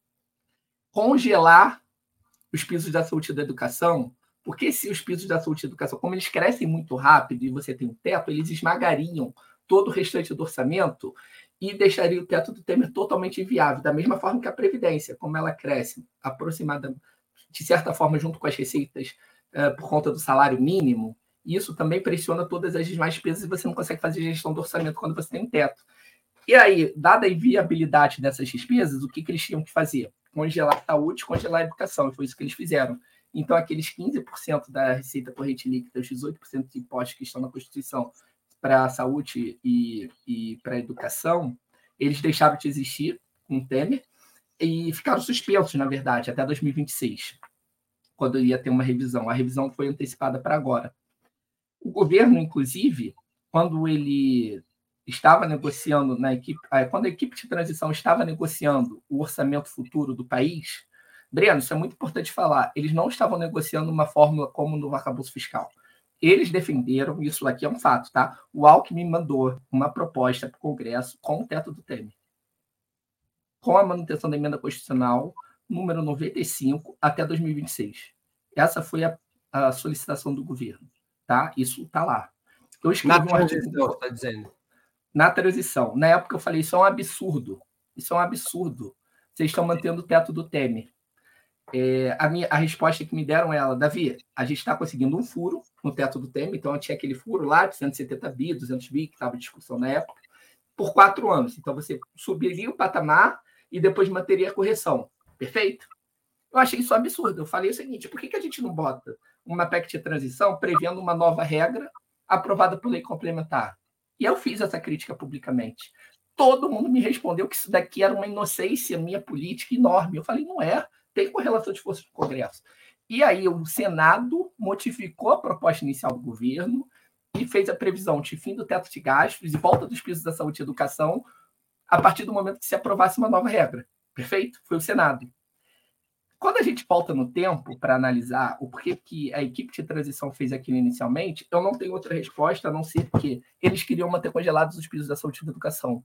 congelar os pisos da saúde e da educação, porque se os pisos da saúde e da educação, como eles crescem muito rápido e você tem um teto, eles esmagariam todo o restante do orçamento e deixaria o teto do Temer totalmente inviável, da mesma forma que a Previdência, como ela cresce aproximadamente, de certa forma, junto com as receitas, uh, por conta do salário mínimo, isso também pressiona todas as demais despesas e você não consegue fazer gestão do orçamento quando você tem um teto. E aí, dada a inviabilidade dessas despesas, o que, que eles tinham que fazer? Congelar a saúde, congelar a educação, e foi isso que eles fizeram. Então, aqueles quinze por cento da receita corrente líquida, os dezoito por cento de impostos que estão na Constituição para a saúde e, e para a educação, eles deixaram de existir com o Temer e ficaram suspensos, na verdade, até dois mil e vinte e seis, quando ia ter uma revisão. A revisão foi antecipada para agora. O governo, inclusive, quando ele estava negociando na equipe, quando a equipe de transição estava negociando o orçamento futuro do país, Breno, isso é muito importante falar, eles não estavam negociando uma fórmula como no arcabouço fiscal. Eles defenderam, isso aqui é um fato, tá? O Alckmin mandou uma proposta para o Congresso com o teto do Temer, com a manutenção da emenda constitucional número noventa e cinco até dois mil e vinte e seis. Essa foi a, a solicitação do governo, tá? Isso está lá. Eu escrevi Na transição, um artigo, está dizendo. Na transição. Na época eu falei, isso é um absurdo. Isso é um absurdo. Vocês estão mantendo o teto do Temer. É, a, minha, a resposta que me deram é ela, Davi, a gente está conseguindo um furo no teto do Temer, então tinha aquele furo lá de cento e setenta bi, duzentos bi, que estava em discussão na época, por quatro anos. Então você subiria o patamar e depois manteria a correção. Perfeito? Eu achei isso um absurdo. Eu falei o seguinte, por que, que a gente não bota uma P E C de transição prevendo uma nova regra aprovada por lei complementar? E eu fiz essa crítica publicamente. Todo mundo me respondeu que isso daqui era uma inocência minha política enorme. Eu falei, não é, tem correlação de forças do Congresso. E aí o Senado modificou a proposta inicial do governo e fez a previsão de fim do teto de gastos e volta dos pisos da saúde e educação a partir do momento que se aprovasse uma nova regra. Perfeito? Foi o Senado. Quando a gente volta no tempo para analisar o porquê que a equipe de transição fez aquilo inicialmente, eu não tenho outra resposta a não ser que eles queriam manter congelados os pisos da saúde e da educação.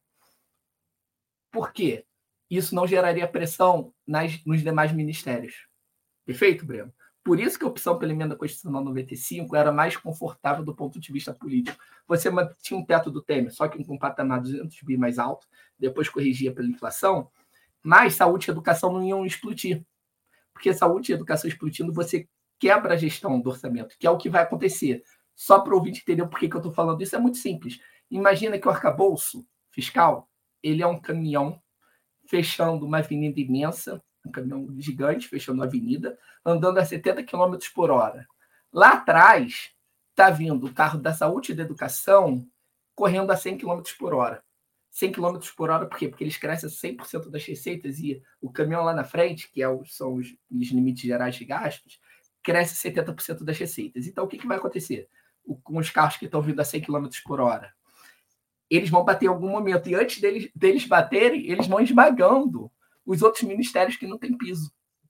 Por quê? Isso não geraria pressão nas, nos demais ministérios. Perfeito, Breno? Por isso que a opção pela emenda constitucional noventa e cinco era mais confortável do ponto de vista político. Você mantinha um teto do Temer, só que com um patamar duzentos bi mais alto, depois corrigia pela inflação, mas saúde e educação não iam explodir. Porque saúde e educação explodindo, você quebra a gestão do orçamento, que é o que vai acontecer. Só para o ouvinte entender por que, que eu estou falando isso, é muito simples. Imagina que o arcabouço fiscal, ele é um caminhão fechando uma avenida imensa, um caminhão gigante fechando uma avenida, andando a setenta quilômetros por hora. Lá atrás, está vindo o carro da saúde e da educação correndo a cem quilômetros por hora. cem quilômetros por hora, por quê? Porque eles crescem cem por cento das receitas e o caminhão lá na frente, que é o, são os, os limites gerais de gastos, cresce setenta por cento das receitas. Então, o que, que vai acontecer o, com os carros que estão vindo a cem quilômetros por hora? Eles vão bater em algum momento, e antes deles, deles baterem, eles vão esmagando os outros ministérios que não têm piso.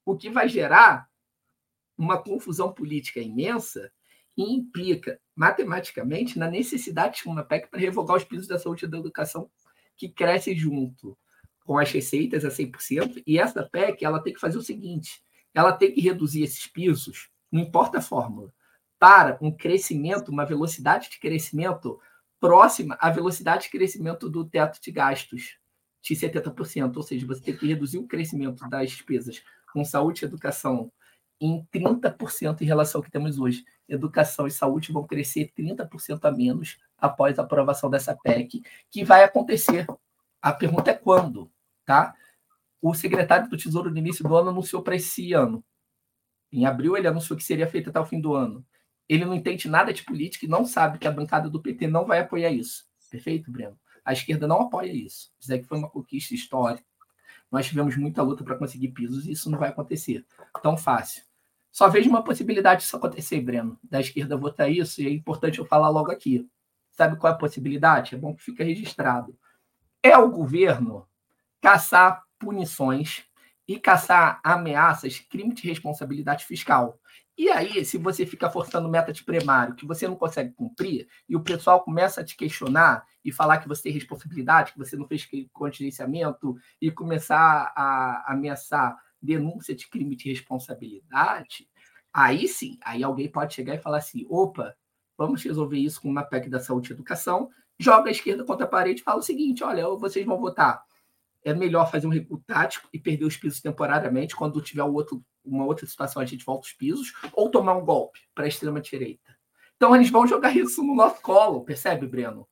o que vai gerar uma confusão política imensa e implica, matematicamente, na necessidade de uma P E C para revogar os pisos da saúde e da educação que crescem junto com as receitas a cem por cento, e essa P E C ela tem que fazer o seguinte, ela tem que reduzir esses pisos, não importa a fórmula, para um crescimento, uma velocidade de crescimento próxima à velocidade de crescimento do teto de gastos, de setenta por cento, ou seja, você tem que reduzir o crescimento das despesas com saúde e educação em trinta por cento em relação ao que temos hoje. Educação e saúde vão crescer trinta por cento a menos após a aprovação dessa P E C, que vai acontecer. A pergunta é quando, tá? O secretário do Tesouro, no início do ano, anunciou para esse ano. Em abril, ele anunciou que seria feito até o fim do ano. Ele não entende nada de política e não sabe que a bancada do P T não vai apoiar isso. Perfeito, Breno? A esquerda não apoia isso. Isso aqui foi uma conquista histórica. Nós tivemos muita luta para conseguir pisos e isso não vai acontecer tão fácil. Só vejo uma possibilidade disso acontecer, Breno. Da esquerda votar isso, e é importante eu falar logo aqui. Sabe qual é a possibilidade? É bom que fique registrado. É o governo caçar punições e caçar ameaças, crime de responsabilidade fiscal. E aí, se você fica forçando meta de primário que você não consegue cumprir, e o pessoal começa a te questionar e falar que você tem responsabilidade, que você não fez contingenciamento, e começar a ameaçar denúncia de crime de responsabilidade, aí sim, aí alguém pode chegar e falar assim, opa, vamos resolver isso com uma P E C da saúde e educação, joga a esquerda contra a parede e fala o seguinte, olha, vocês vão votar, é melhor fazer um recuo tático e perder os pisos temporariamente, quando tiver um outro, uma outra situação a gente volta os pisos, ou tomar um golpe para a extrema-direita. Então eles vão jogar isso no nosso colo, percebe, Breno?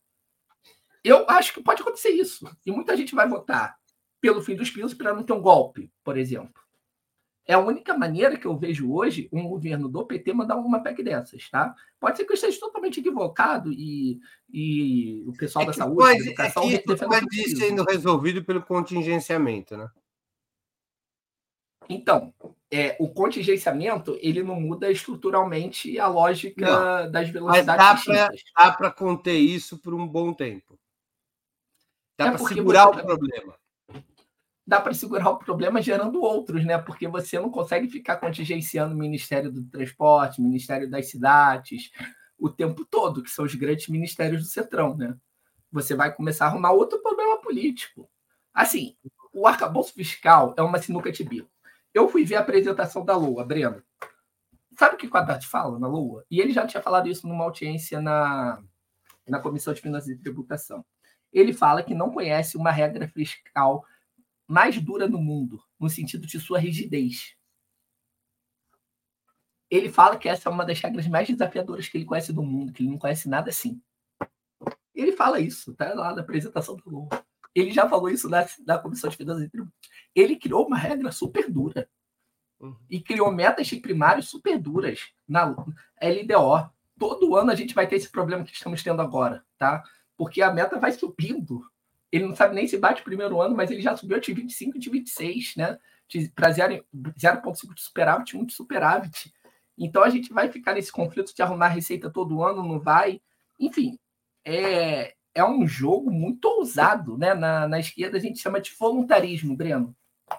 Eu acho que pode acontecer isso, e muita gente vai votar pelo fim dos pisos para não ter um golpe, por exemplo. É a única maneira que eu vejo hoje um governo do P T mandar uma P E C dessas, tá? Pode ser que eu esteja totalmente equivocado e, e o pessoal é da saúde, pode, da educação... É que isso pode ir sendo resolvido pelo contingenciamento, né? Então, é, o contingenciamento ele não muda estruturalmente a lógica não, das velocidades distintas. Dá para conter isso por um bom tempo. Dá é para segurar o problema. Dá para segurar o problema gerando outros, né? Porque você não consegue ficar contingenciando o Ministério do Transporte, o Ministério das Cidades, o tempo todo, que são os grandes ministérios do Cetrão, né? Você vai começar a arrumar outro problema político. Assim, o arcabouço fiscal é uma sinuca de bico. Eu fui ver a apresentação da Lua, Breno. Sabe o que o Haddad fala na Lua? E ele já tinha falado isso numa audiência na, na Comissão de Finanças e Tributação. Ele fala que não conhece uma regra fiscal mais dura no mundo, no sentido de sua rigidez. Ele fala que essa é uma das regras mais desafiadoras que ele conhece do mundo, que ele não conhece nada assim. Ele fala isso, tá lá na apresentação do Lula. Ele já falou isso na, na Comissão de Finanças e Tributos. Ele criou uma regra super dura. E criou metas de primários super duras na L D O. Todo ano a gente vai ter esse problema que estamos tendo agora, tá? Porque a meta vai subindo. Ele não sabe nem se bate o primeiro ano, mas ele já subiu de vinte e cinco e de vinte e seis, né? Para zero vírgula cinco de superávit, um de superávit. Então a gente vai ficar nesse conflito de arrumar receita todo ano, não vai. Enfim, é, é um jogo muito ousado, né? Na, na esquerda a gente chama de voluntarismo, Breno.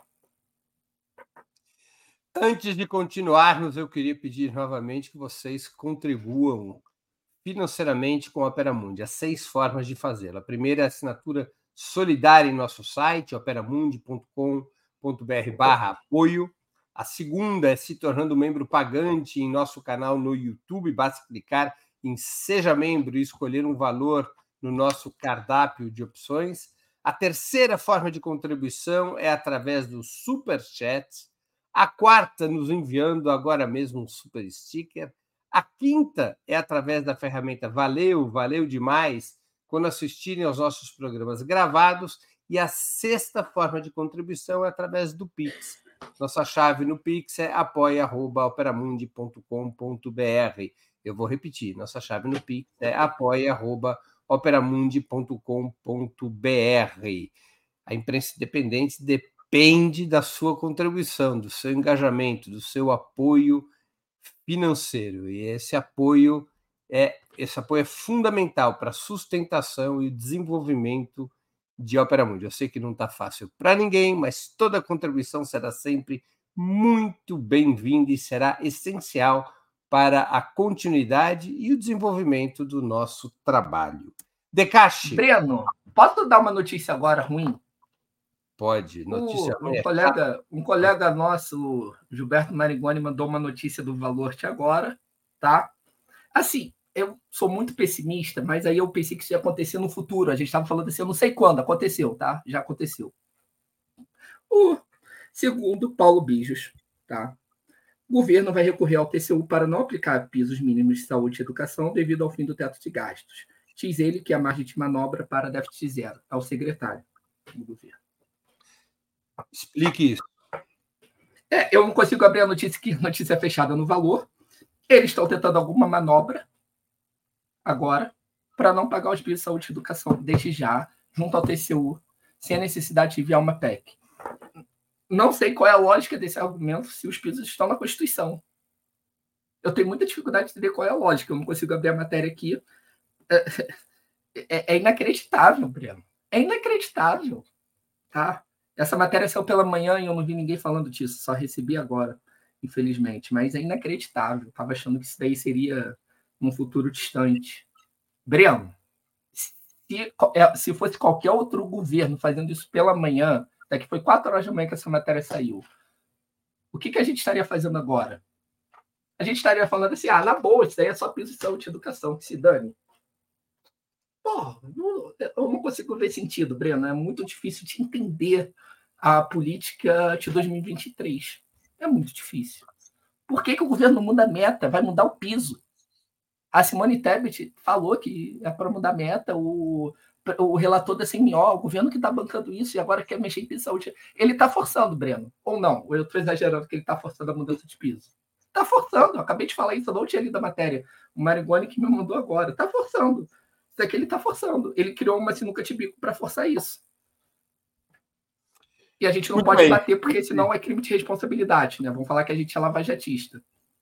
Antes de continuarmos, eu queria pedir novamente que vocês contribuam financeiramente com a Operamundi. Há seis formas de fazê-lo. A primeira é a assinatura solidária em nosso site, operamundi ponto com ponto br barra apoio. A segunda é se tornando membro pagante em nosso canal no YouTube. Basta clicar em Seja Membro e escolher um valor no nosso cardápio de opções. A terceira forma de contribuição é através do Super Chat. A quarta, nos enviando agora mesmo um super sticker. A quinta é através da ferramenta Valeu, valeu demais, quando assistirem aos nossos programas gravados. E a sexta forma de contribuição é através do Pix. Nossa chave no Pix é apoia arroba operamundi ponto com ponto br. Eu vou repetir, nossa chave no Pix é apoia arroba operamundi ponto com ponto br. A imprensa independente depende da sua contribuição, do seu engajamento, do seu apoio financeiro. E esse apoio é, esse apoio é fundamental para a sustentação e o desenvolvimento de Operamundi. Eu sei que não está fácil para ninguém, mas toda contribuição será sempre muito bem-vinda e será essencial para a continuidade e o desenvolvimento do nosso trabalho. Decache. Breno, posso dar uma notícia agora ruim? Pode. Notícia O, ruim um, é colega, um colega nosso, Gilberto Marigoni, mandou uma notícia do Valorte agora, tá? Assim, eu sou muito pessimista, mas aí eu pensei que isso ia acontecer no futuro. A gente estava falando assim, eu não sei quando, aconteceu, tá? Já aconteceu. O segundo Paulo Bijos, tá? O governo vai recorrer ao T C U para não aplicar pisos mínimos de saúde e educação devido ao fim do teto de gastos. Diz ele que a margem de manobra para déficit zero. É o secretário do governo. Explique isso. É, eu não consigo abrir a notícia, que notícia é fechada no Valor. Eles estão tentando alguma manobra agora para não pagar os pisos de saúde e educação, desde já, junto ao T C U, sem a necessidade de enviar uma P E C. Não sei qual é a lógica desse argumento se os pisos estão na Constituição. Eu tenho muita dificuldade de entender qual é a lógica. Eu não consigo abrir a matéria aqui. É, é, é inacreditável, Breno. É inacreditável. Tá? Essa matéria saiu pela manhã e eu não vi ninguém falando disso. Só recebi agora, infelizmente. Mas é inacreditável. Estava achando que isso daí seria num futuro distante. Breno, se, se fosse qualquer outro governo fazendo isso pela manhã, daqui foi quatro horas da manhã que essa matéria saiu, o que, que a gente estaria fazendo agora? A gente estaria falando assim, ah, na boa, isso daí é só piso de saúde e educação, que se dane. Pô, não, eu não consigo ver sentido, Breno. É muito difícil de entender a política de dois mil e vinte e três. É muito difícil. Por que, que o governo muda a meta? Vai mudar o piso. A Simone Tebet falou que é para mudar a meta. O, o relator da C M O, o governo que está bancando isso e agora quer mexer em piso de saúde. Ele está forçando, Breno. Ou não? Eu estou exagerando que ele está forçando a mudança de piso. Está forçando. Eu acabei de falar isso, eu não tinha lido a matéria. O Marigoni que me mandou agora. Está forçando. Isso aqui ele está forçando. Ele criou uma sinuca de bico para forçar isso. E a gente não Muito pode bem. bater, porque senão é crime de responsabilidade, né? Vão falar que a gente é lavajatista.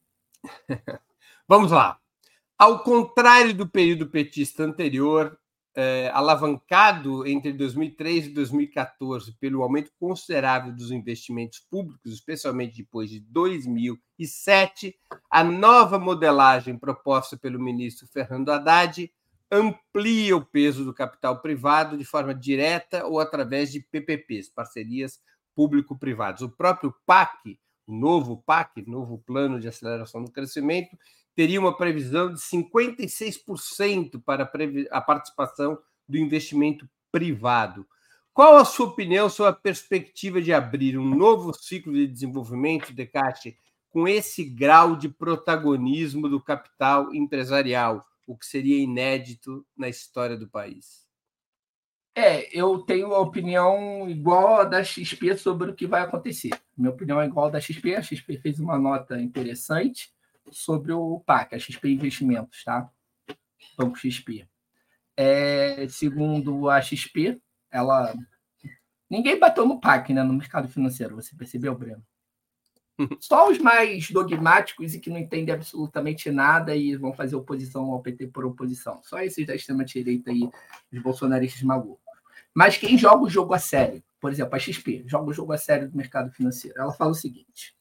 Vamos lá. Ao contrário do período petista anterior, eh, alavancado entre dois mil e três e dois mil e quatorze pelo aumento considerável dos investimentos públicos, especialmente depois de dois mil e sete, a nova modelagem proposta pelo ministro Fernando Haddad amplia o peso do capital privado de forma direta ou através de P P Ps, parcerias público-privadas. O próprio P A C, o novo P A C, novo Plano de Aceleração do Crescimento, teria uma previsão de cinquenta e seis por cento para a participação do investimento privado. Qual a sua opinião sobre a perspectiva de abrir um novo ciclo de desenvolvimento, Decache, com esse grau de protagonismo do capital empresarial, o que seria inédito na história do país? É, eu tenho a opinião igual a da X P sobre o que vai acontecer. Minha opinião é igual a da X P. A X P fez uma nota interessante sobre o P A C, a X P Investimentos, tá? Banco X P. É, segundo a X P, ela... Ninguém bateu no P A C, né, no mercado financeiro, você percebeu, Breno? Só os mais dogmáticos e que não entendem absolutamente nada e vão fazer oposição ao P T por oposição. Só esses da extrema-direita aí, os bolsonaristas malucos. Mas quem joga o jogo a sério, por exemplo, a X P, joga o jogo a sério do mercado financeiro. Ela fala o seguinte: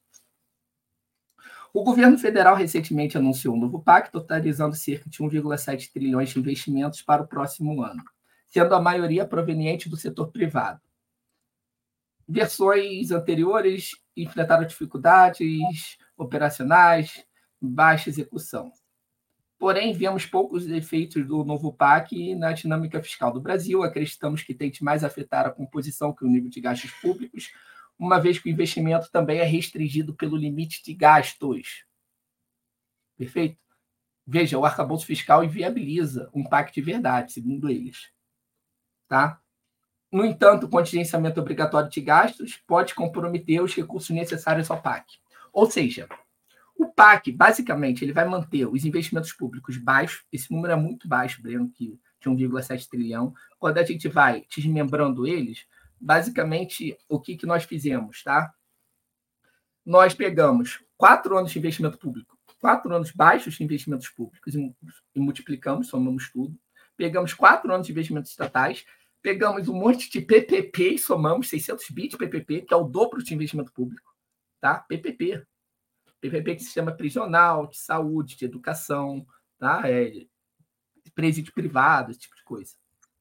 o governo federal recentemente anunciou um novo P A C, totalizando cerca de um vírgula sete trilhões de investimentos para o próximo ano, sendo a maioria proveniente do setor privado. Versões anteriores enfrentaram dificuldades operacionais, baixa execução. Porém, vemos poucos efeitos do novo P A C na dinâmica fiscal do Brasil. Acreditamos que tente mais afetar a composição que o nível de gastos públicos, uma vez que o investimento também é restringido pelo limite de gastos. Perfeito? Veja, o arcabouço fiscal inviabiliza um P A C de verdade, segundo eles. Tá? No entanto, o contingenciamento obrigatório de gastos pode comprometer os recursos necessários ao P A C. Ou seja, o P A C, basicamente, ele vai manter os investimentos públicos baixos. Esse número é muito baixo, Breno, que de um vírgula sete trilhão. Quando a gente vai desmembrando eles, basicamente, o que, que nós fizemos, tá? Nós pegamos quatro anos de investimento público, quatro anos baixos de investimentos públicos e, e multiplicamos, somamos tudo. Pegamos quatro anos de investimentos estatais, pegamos um monte de P P P e somamos seiscentos bi de P P P, que é o dobro de investimento público. tá? P P P. P P P que se chama prisional, de saúde, de educação, tá? É, presídio privado, esse tipo de coisa.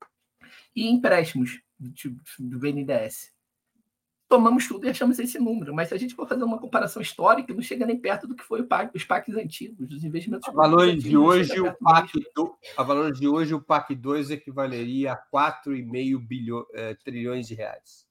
E empréstimos do, do B N D E S. Tomamos tudo e achamos esse número, mas se a gente for fazer uma comparação histórica, não chega nem perto do que foi o PAC, os P A Cs antigos, os investimentos a valores de hoje, o PAC do, a valores de hoje, o PAC dois equivaleria a quatro vírgula cinco bilhões, eh, trilhões de reais.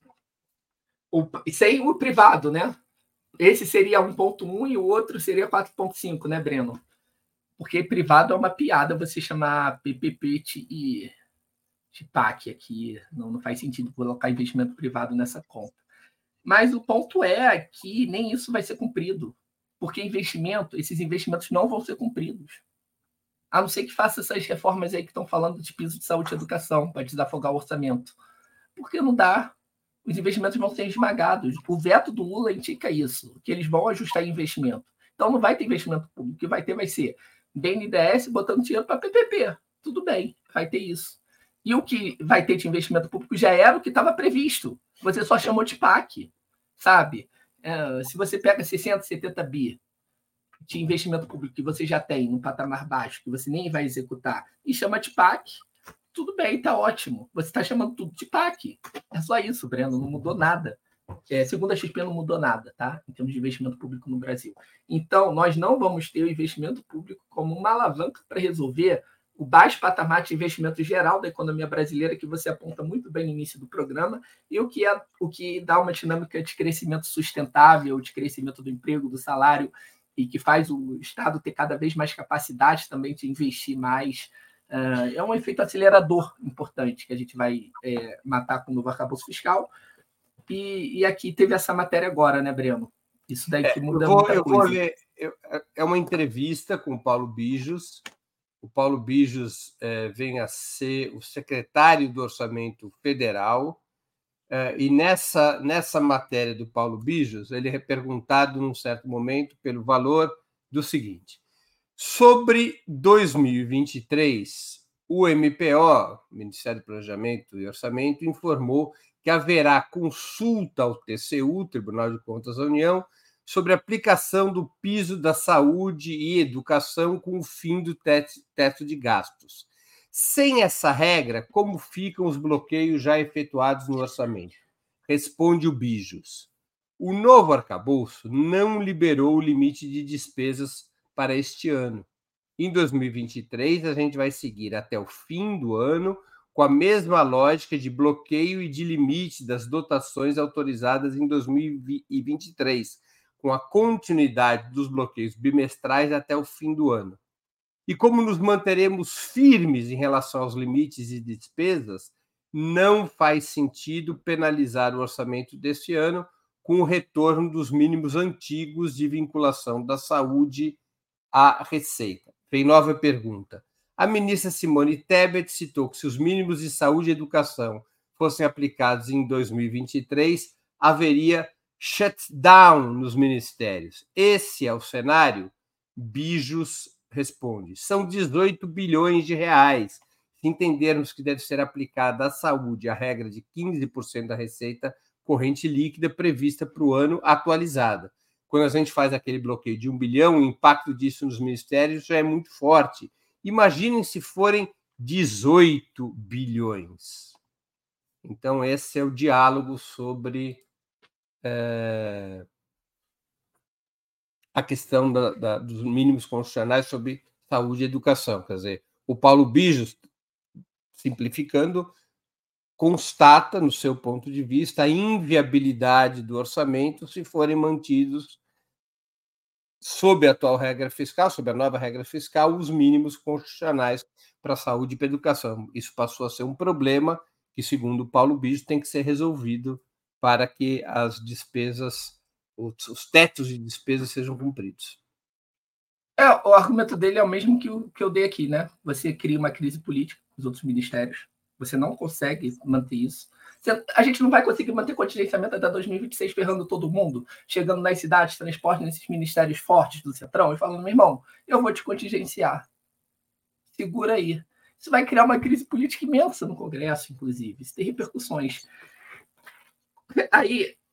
O, sem o privado, né? Esse seria um ponto um e o outro seria quatro ponto cinco, né, Breno? Porque privado é uma piada você chamar P P P de, de P A C aqui. Não, não faz sentido colocar investimento privado nessa conta. Mas o ponto é que nem isso vai ser cumprido. Porque investimento, esses investimentos não vão ser cumpridos. A não ser que faça essas reformas aí que estão falando de piso de saúde e educação para desafogar o orçamento. Porque não dá. Os investimentos vão ser esmagados. O veto do Lula indica isso, que eles vão ajustar investimento. Então não vai ter investimento público. O que vai ter vai ser B N D E S botando dinheiro para P P P. Tudo bem, vai ter isso. E o que vai ter de investimento público já era o que estava previsto. Você só chamou de P A C, sabe? É, se você pega sessenta, setenta bi de investimento público que você já tem num patamar baixo, que você nem vai executar, e chama de P A C, tudo bem, está ótimo. Você está chamando tudo de P A C. É só isso, Breno, não mudou nada. É, segundo a X P, não mudou nada, tá? Em termos de investimento público no Brasil. Então, nós não vamos ter o investimento público como uma alavanca para resolver o baixo patamar de investimento geral da economia brasileira, que você aponta muito bem no início do programa, e o que, é, o que dá uma dinâmica de crescimento sustentável, de crescimento do emprego, do salário, e que faz o Estado ter cada vez mais capacidade também de investir mais. Uh, é um efeito acelerador importante que a gente vai é, matar com o novo arcabouço fiscal. E, e aqui teve essa matéria agora, né, Breno? Isso daí que muda é, eu vou, muita eu coisa. Vou ler, eu, é uma entrevista com o Paulo Bijos. O Paulo Bijos é, vem a ser o secretário do Orçamento Federal. É, e nessa, nessa matéria do Paulo Bijos, ele é perguntado, num certo momento, pelo valor do seguinte: sobre dois mil e vinte e três, o M P O, Ministério do Planejamento e Orçamento, informou que haverá consulta ao T C U, Tribunal de Contas da União, sobre a aplicação do piso da saúde e educação com o fim do teto de gastos. Sem essa regra, como ficam os bloqueios já efetuados no orçamento? Responde o Bijos. O novo arcabouço não liberou o limite de despesas para este ano. Em dois mil e vinte e três, a gente vai seguir até o fim do ano com a mesma lógica de bloqueio e de limite das dotações autorizadas em dois mil e vinte e três, com a continuidade dos bloqueios bimestrais até o fim do ano. E como nos manteremos firmes em relação aos limites e despesas, não faz sentido penalizar o orçamento deste ano com o retorno dos mínimos antigos de vinculação da saúde à receita. Vem nova pergunta. A ministra Simone Tebet citou que se os mínimos de saúde e educação fossem aplicados em dois mil e vinte e três, haveria shutdown nos ministérios. Esse é o cenário? Bijos responde. São dezoito bilhões de reais. Se entendermos que deve ser aplicada à saúde a regra de quinze por cento da receita corrente líquida prevista para o ano atualizada. Quando a gente faz aquele bloqueio de um bilhão, o impacto disso nos ministérios já é muito forte. Imaginem se forem dezoito bilhões. Então, esse é o diálogo sobre é, a questão da, da, dos mínimos constitucionais sobre saúde e educação. Quer dizer, o Paulo Bijos, simplificando, constata, no seu ponto de vista, a inviabilidade do orçamento se forem mantidos, sob a atual regra fiscal, sob a nova regra fiscal, os mínimos constitucionais para a saúde e para a educação. Isso passou a ser um problema que, segundo o Paulo Bijos, tem que ser resolvido para que as despesas, os tetos de despesas sejam cumpridos. É, o argumento dele é o mesmo que, o, que eu dei aqui, né? Você cria uma crise política com os outros ministérios, você não consegue manter isso. A gente não vai conseguir manter contingenciamento até dois mil e vinte e seis ferrando todo mundo, chegando nas cidades, transporte nesses ministérios fortes do Centrão e falando, meu irmão, eu vou te contingenciar. Segura aí. Isso vai criar uma crise política imensa no Congresso, inclusive. Isso tem repercussões. Aí,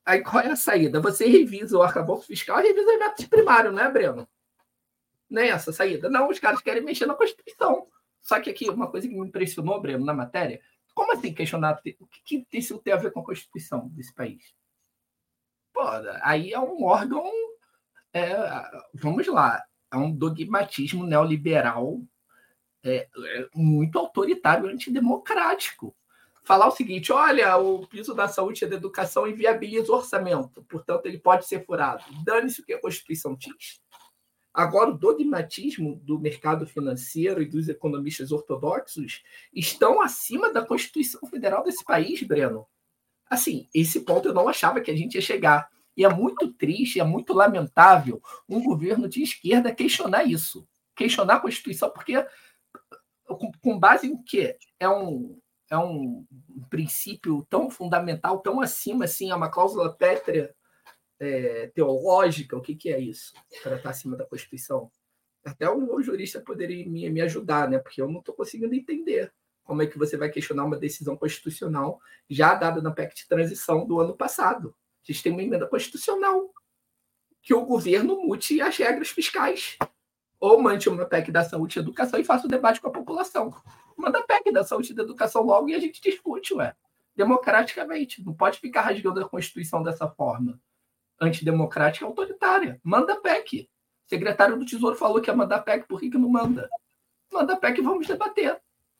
Aí qual é a saída? Você revisa o arcabouço fiscal e revisa os métodos primários, não é, Breno? Não é essa a saída? Não, os caras querem mexer na Constituição. Só que aqui, uma coisa que me impressionou, Breno, na matéria, como assim questionar o que, que isso tem a ver com a Constituição desse país? Pô, aí é um órgão, é, vamos lá, é um dogmatismo neoliberal é, é muito autoritário e antidemocrático. Falar o seguinte, olha, o piso da saúde e da educação inviabiliza o orçamento, portanto, ele pode ser furado. Dane-se o que a Constituição diz. Agora, o dogmatismo do mercado financeiro e dos economistas ortodoxos estão acima da Constituição Federal desse país, Breno. Assim, esse ponto eu não achava que a gente ia chegar. E é muito triste, é muito lamentável um governo de esquerda questionar isso. Questionar a Constituição, porque com, com base em quê? É um, é um princípio tão fundamental, tão acima, assim, é uma cláusula pétrea é, teológica, o que, que é isso? Para estar acima da Constituição. Até o, o jurista poderia me, me ajudar, né? Porque eu não estou conseguindo entender como é que você vai questionar uma decisão constitucional já dada na P E C de transição do ano passado. A gente tem uma emenda constitucional que o governo mute as regras fiscais. Ou mande uma P E C da saúde e educação e faça o debate com a população. Manda a P E C da saúde e da educação logo e a gente discute, ué. Democraticamente. Não pode ficar rasgando a Constituição dessa forma. Antidemocrática e autoritária. Manda a P E C. O secretário do Tesouro falou que ia mandar a P E C, por que, que não manda? Manda a P E C e vamos debater.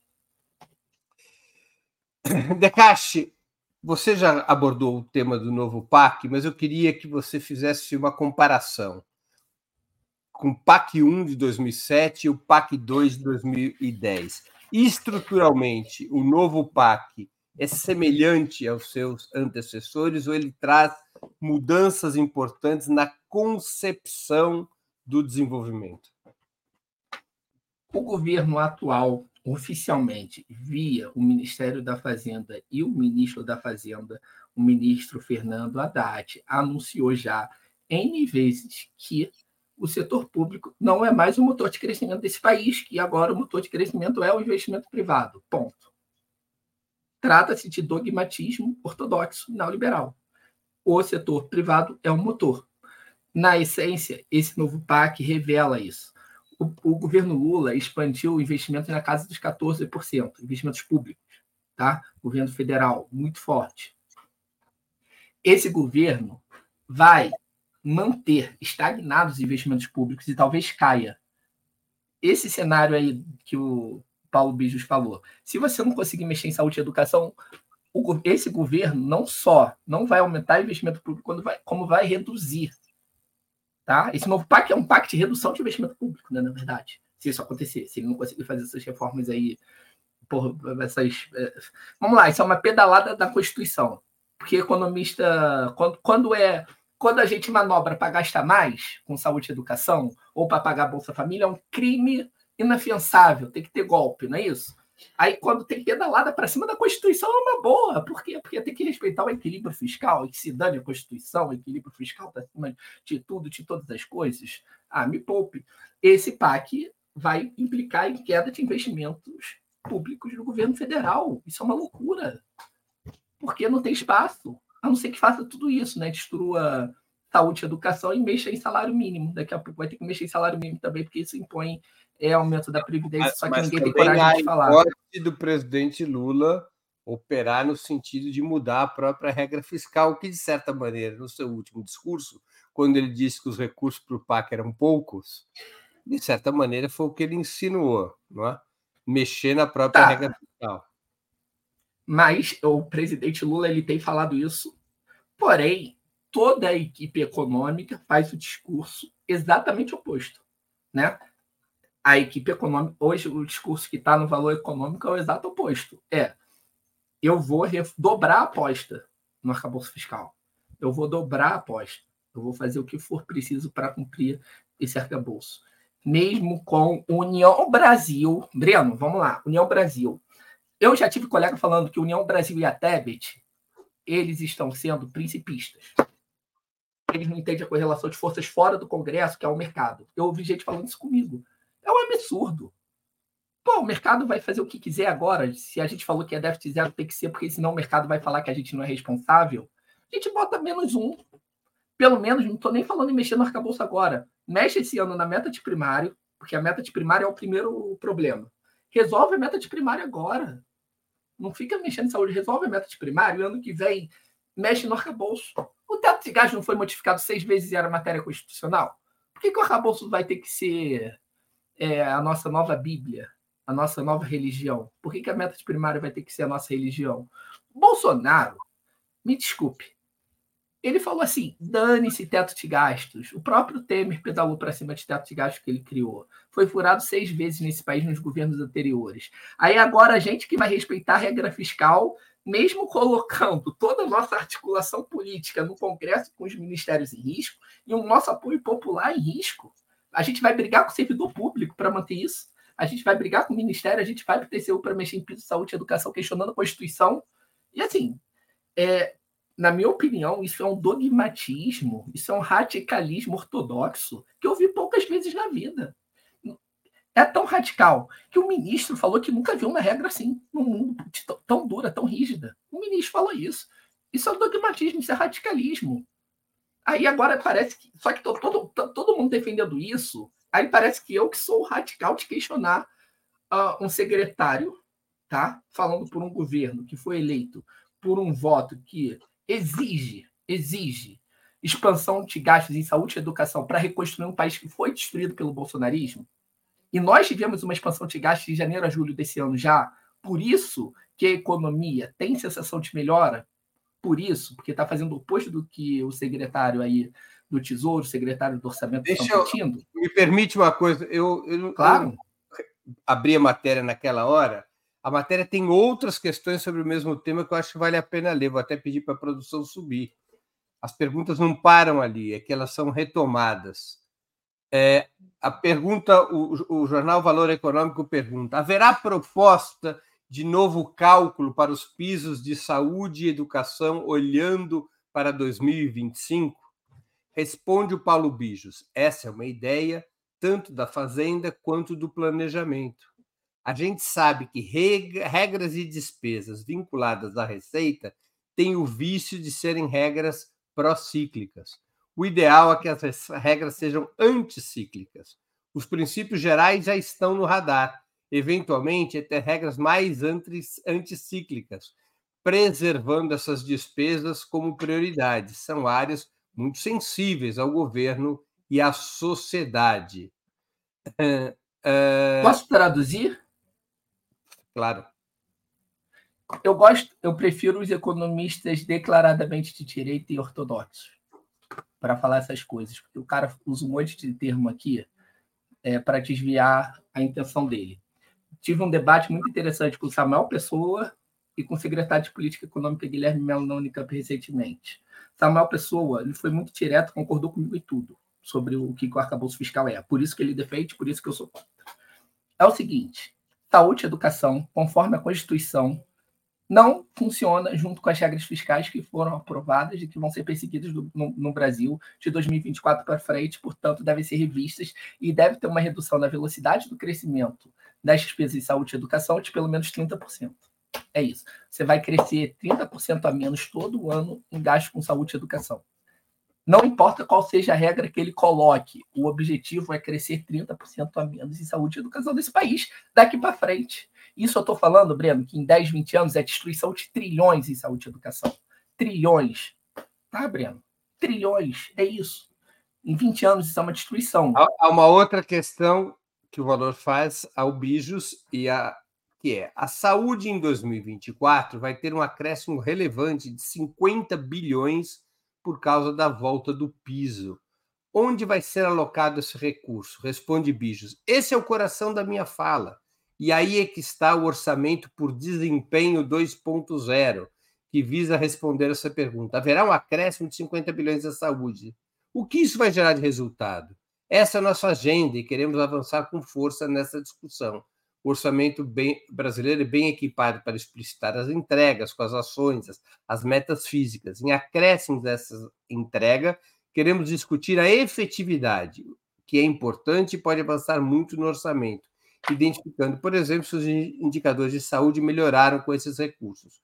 Decache, você já abordou o tema do novo P A C, mas eu queria que você fizesse uma comparação com o P A C um de dois mil e sete e o P A C dois de dois mil e dez. Estruturalmente, o novo P A C é semelhante aos seus antecessores ou ele traz mudanças importantes na concepção do desenvolvimento? O governo atual, oficialmente, via o Ministério da Fazenda e o ministro da Fazenda, o ministro Fernando Haddad, anunciou já N vezes que o setor público não é mais o motor de crescimento desse país, que agora o motor de crescimento é o investimento privado. Ponto. Trata-se de dogmatismo ortodoxo neoliberal. O setor privado é o motor. Na essência, esse novo P A C revela isso. O, o governo Lula expandiu o investimento na casa dos catorze por cento, investimentos públicos, tá? Governo federal, muito forte. Esse governo vai manter estagnados os investimentos públicos e talvez caia. Esse cenário aí que o Paulo Bijos falou, se você não conseguir mexer em saúde e educação, o, esse governo não só não vai aumentar o investimento público, quando vai, como vai reduzir. Tá? Esse novo P A C é um P A C de redução de investimento público, né, na verdade, se isso acontecer, se ele não conseguir fazer essas reformas aí, por, essas, vamos lá, isso é uma pedalada da Constituição, porque economista, quando, quando, é, quando a gente manobra para gastar mais com saúde e educação, ou para pagar a Bolsa Família, é um crime inafiançável, tem que ter golpe, não é isso? Aí, quando tem pedalada para cima da Constituição, é uma boa. Por quê? Porque tem que respeitar o equilíbrio fiscal, e que se dane a Constituição, o equilíbrio fiscal está acima de tudo, de todas as coisas. Ah, me poupe. Esse P A C vai implicar em queda de investimentos públicos do governo federal. Isso é uma loucura. Porque não tem espaço. A não ser que faça tudo isso, né? Destrua saúde e educação e mexa em salário mínimo. Daqui a pouco vai ter que mexer em salário mínimo também, porque isso impõe é aumento da Previdência, mas, só que mas ninguém tem coragem de falar. Mas também do presidente Lula operar no sentido de mudar a própria regra fiscal, que, de certa maneira, no seu último discurso, quando ele disse que os recursos para o P A C eram poucos, de certa maneira foi o que ele insinuou, não é? Mexer na própria tá. regra fiscal. Mas o presidente Lula ele tem falado isso, porém, toda a equipe econômica faz o discurso exatamente oposto, né? A equipe econômica, hoje o discurso que está no valor econômico é o exato oposto. É, eu vou dobrar a aposta no arcabouço fiscal. Eu vou dobrar a aposta. Eu vou fazer o que for preciso para cumprir esse arcabouço. Mesmo com União Brasil. Breno, vamos lá. União Brasil. Eu já tive colega falando que União Brasil e a Tebet, eles estão sendo principistas. Eles não entendem a correlação de forças fora do Congresso, que é o mercado. Eu ouvi gente falando isso comigo. É um absurdo. Pô, o mercado vai fazer o que quiser agora. Se a gente falou que é déficit zero, tem que ser, porque senão o mercado vai falar que a gente não é responsável. a gente bota menos um. Pelo menos, não estou nem falando em mexer no arcabouço agora. Mexe esse ano na meta de primário, porque a meta de primário é o primeiro problema. Resolve a meta de primário agora. Não fica mexendo em saúde. Resolve a meta de primário e ano que vem mexe no arcabouço. O teto de gastos não foi modificado seis vezes e era matéria constitucional? Por que, que o arcabouço vai ter que ser é, a nossa nova Bíblia, a nossa nova religião? Por que, que a meta de primário vai ter que ser a nossa religião? Bolsonaro, me desculpe, ele falou assim, dane-se teto de gastos. O próprio Temer pedalou para cima de teto de gastos que ele criou. Foi furado seis vezes nesse país nos governos anteriores. Aí agora a gente que vai respeitar a regra fiscal, mesmo colocando toda a nossa articulação política no Congresso com os ministérios em risco e o nosso apoio popular em risco, a gente vai brigar com o servidor público para manter isso. A gente vai brigar com o ministério, a gente vai para o T C U para mexer em piso, saúde e educação, questionando a Constituição. E assim, é, na minha opinião, isso é um dogmatismo, isso é um radicalismo ortodoxo que eu vi poucas vezes na vida. É tão radical que o ministro falou que nunca viu uma regra assim no mundo, tão dura, tão rígida. O ministro falou isso. Isso é dogmatismo, isso é radicalismo. Aí agora parece que. Só que tô, todo, todo mundo defendendo isso. Aí parece que eu que sou o radical de questionar uh, um secretário, tá? Falando por um governo que foi eleito por um voto que exige, exige expansão de gastos em saúde e educação para reconstruir um país que foi destruído pelo bolsonarismo. E nós tivemos uma expansão de gastos de janeiro a julho desse ano já. Por isso que a economia tem sensação de melhora. Por isso, porque está fazendo o oposto do que o secretário aí do Tesouro, o secretário do Orçamento estão pedindo. Me permite uma coisa. Eu, eu, claro. eu abri a matéria naquela hora. A matéria tem outras questões sobre o mesmo tema que eu acho que vale a pena ler. Vou até pedir para a produção subir. As perguntas não param ali, é que elas são retomadas. É, a pergunta, o, o jornal Valor Econômico pergunta: haverá proposta de novo cálculo para os pisos de saúde e educação olhando para dois mil e vinte e cinco? Responde o Paulo Bijos: essa é uma ideia tanto da Fazenda quanto do planejamento. A gente sabe que regras e despesas vinculadas à receita têm o vício de serem regras pró-cíclicas. O ideal é que as regras sejam anticíclicas. Os princípios gerais já estão no radar. Eventualmente, é ter regras mais anticíclicas, preservando essas despesas como prioridades. São áreas muito sensíveis ao governo e à sociedade. Uh, uh... Posso traduzir? Claro. Eu gosto, eu prefiro os economistas declaradamente de direita e ortodoxos para falar essas coisas, porque o cara usa um monte de termo aqui é, para desviar a intenção dele. Tive um debate muito interessante com o Samuel Pessoa e com o secretário de Política Econômica Guilherme Melo na Unicamp recentemente. Samuel Pessoa, ele foi muito direto, concordou comigo em tudo sobre o que o arcabouço fiscal é. Por isso que ele defende, por isso que eu sou contra. É o seguinte, saúde e educação, conforme a Constituição, não funciona junto com as regras fiscais que foram aprovadas e que vão ser perseguidas no, no, no Brasil de dois mil e vinte e quatro para frente, portanto, devem ser revistas e deve ter uma redução na velocidade do crescimento das despesas em saúde e educação de pelo menos trinta por cento. É isso. Você vai crescer trinta por cento a menos todo ano em gasto com saúde e educação. Não importa qual seja a regra que ele coloque, o objetivo é crescer trinta por cento a menos em saúde e educação desse país daqui para frente. Isso eu estou falando, Breno, que em dez, vinte anos é destruição de trilhões em saúde e educação. Trilhões. Tá, Breno? Trilhões. É isso. Em vinte anos isso é uma destruição. Há uma outra questão que o Valor faz ao Bijos, e a, que é a saúde em dois mil e vinte e quatro vai ter um acréscimo relevante de cinquenta bilhões por causa da volta do piso. Onde vai ser alocado esse recurso? Responde Bijos. Esse é o coração da minha fala. E aí é que está o orçamento por desempenho dois ponto zero, que visa responder essa pergunta. Haverá um acréscimo de cinquenta bilhões à saúde. O que isso vai gerar de resultado? Essa é a nossa agenda e queremos avançar com força nessa discussão. O orçamento bem, brasileiro é bem equipado para explicitar as entregas com as ações, as, as metas físicas. Em acréscimo dessa entrega, queremos discutir a efetividade, que é importante e pode avançar muito no orçamento, identificando, por exemplo, se os indicadores de saúde melhoraram com esses recursos.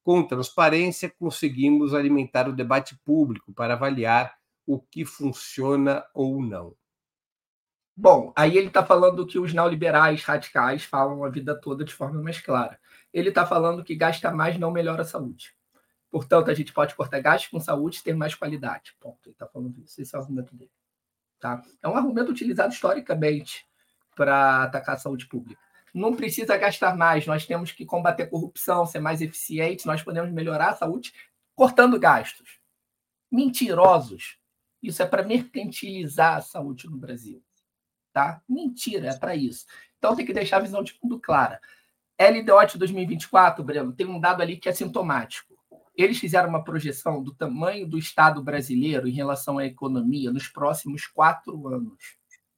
Com transparência, conseguimos alimentar o debate público para avaliar o que funciona ou não. Bom, aí ele está falando que os neoliberais radicais falam a vida toda de forma mais clara. Ele está falando que gasta mais não melhora a saúde. Portanto, a gente pode cortar gastos com saúde e ter mais qualidade. Ponto. Ele está falando isso. Esse é o argumento dele. Tá? É um argumento utilizado historicamente para atacar a saúde pública. Não precisa gastar mais, nós temos que combater a corrupção, ser mais eficientes, nós podemos melhorar a saúde cortando gastos. Mentirosos. Isso é para mercantilizar a saúde no Brasil. Tá? Mentira, é para isso. Então tem que deixar a visão de mundo clara. L D O de dois mil e vinte e quatro, Breno, tem um dado ali que é sintomático. Eles fizeram uma projeção do tamanho do Estado brasileiro em relação à economia nos próximos quatro anos.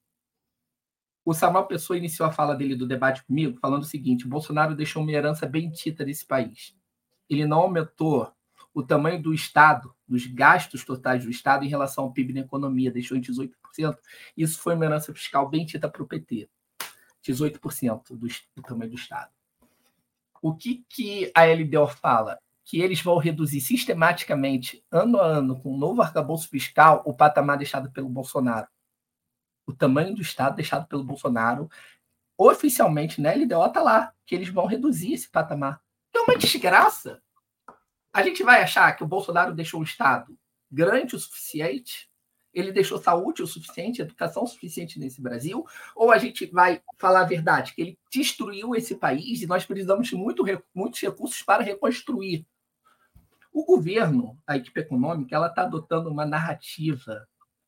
O Samuel Pessoa iniciou a fala dele do debate comigo falando o seguinte: o Bolsonaro deixou uma herança bendita desse país. Ele não aumentou o tamanho do Estado, dos gastos totais do Estado em relação ao P I B na economia, deixou em dezoito por cento. Isso foi uma herança fiscal bendita para o P T. dezoito por cento do, do tamanho do Estado. O que, que a L D O fala? Que eles vão reduzir sistematicamente, ano a ano, com um novo arcabouço fiscal, o patamar deixado pelo Bolsonaro. O tamanho do Estado deixado pelo Bolsonaro, oficialmente, na L D O está lá, que eles vão reduzir esse patamar. É uma desgraça. A gente vai achar que o Bolsonaro deixou o Estado grande o suficiente? Ele deixou saúde o suficiente, educação o suficiente nesse Brasil? Ou a gente vai falar a verdade, que ele destruiu esse país e nós precisamos de muito, muitos recursos para reconstruir? O governo, a equipe econômica, ela está adotando uma narrativa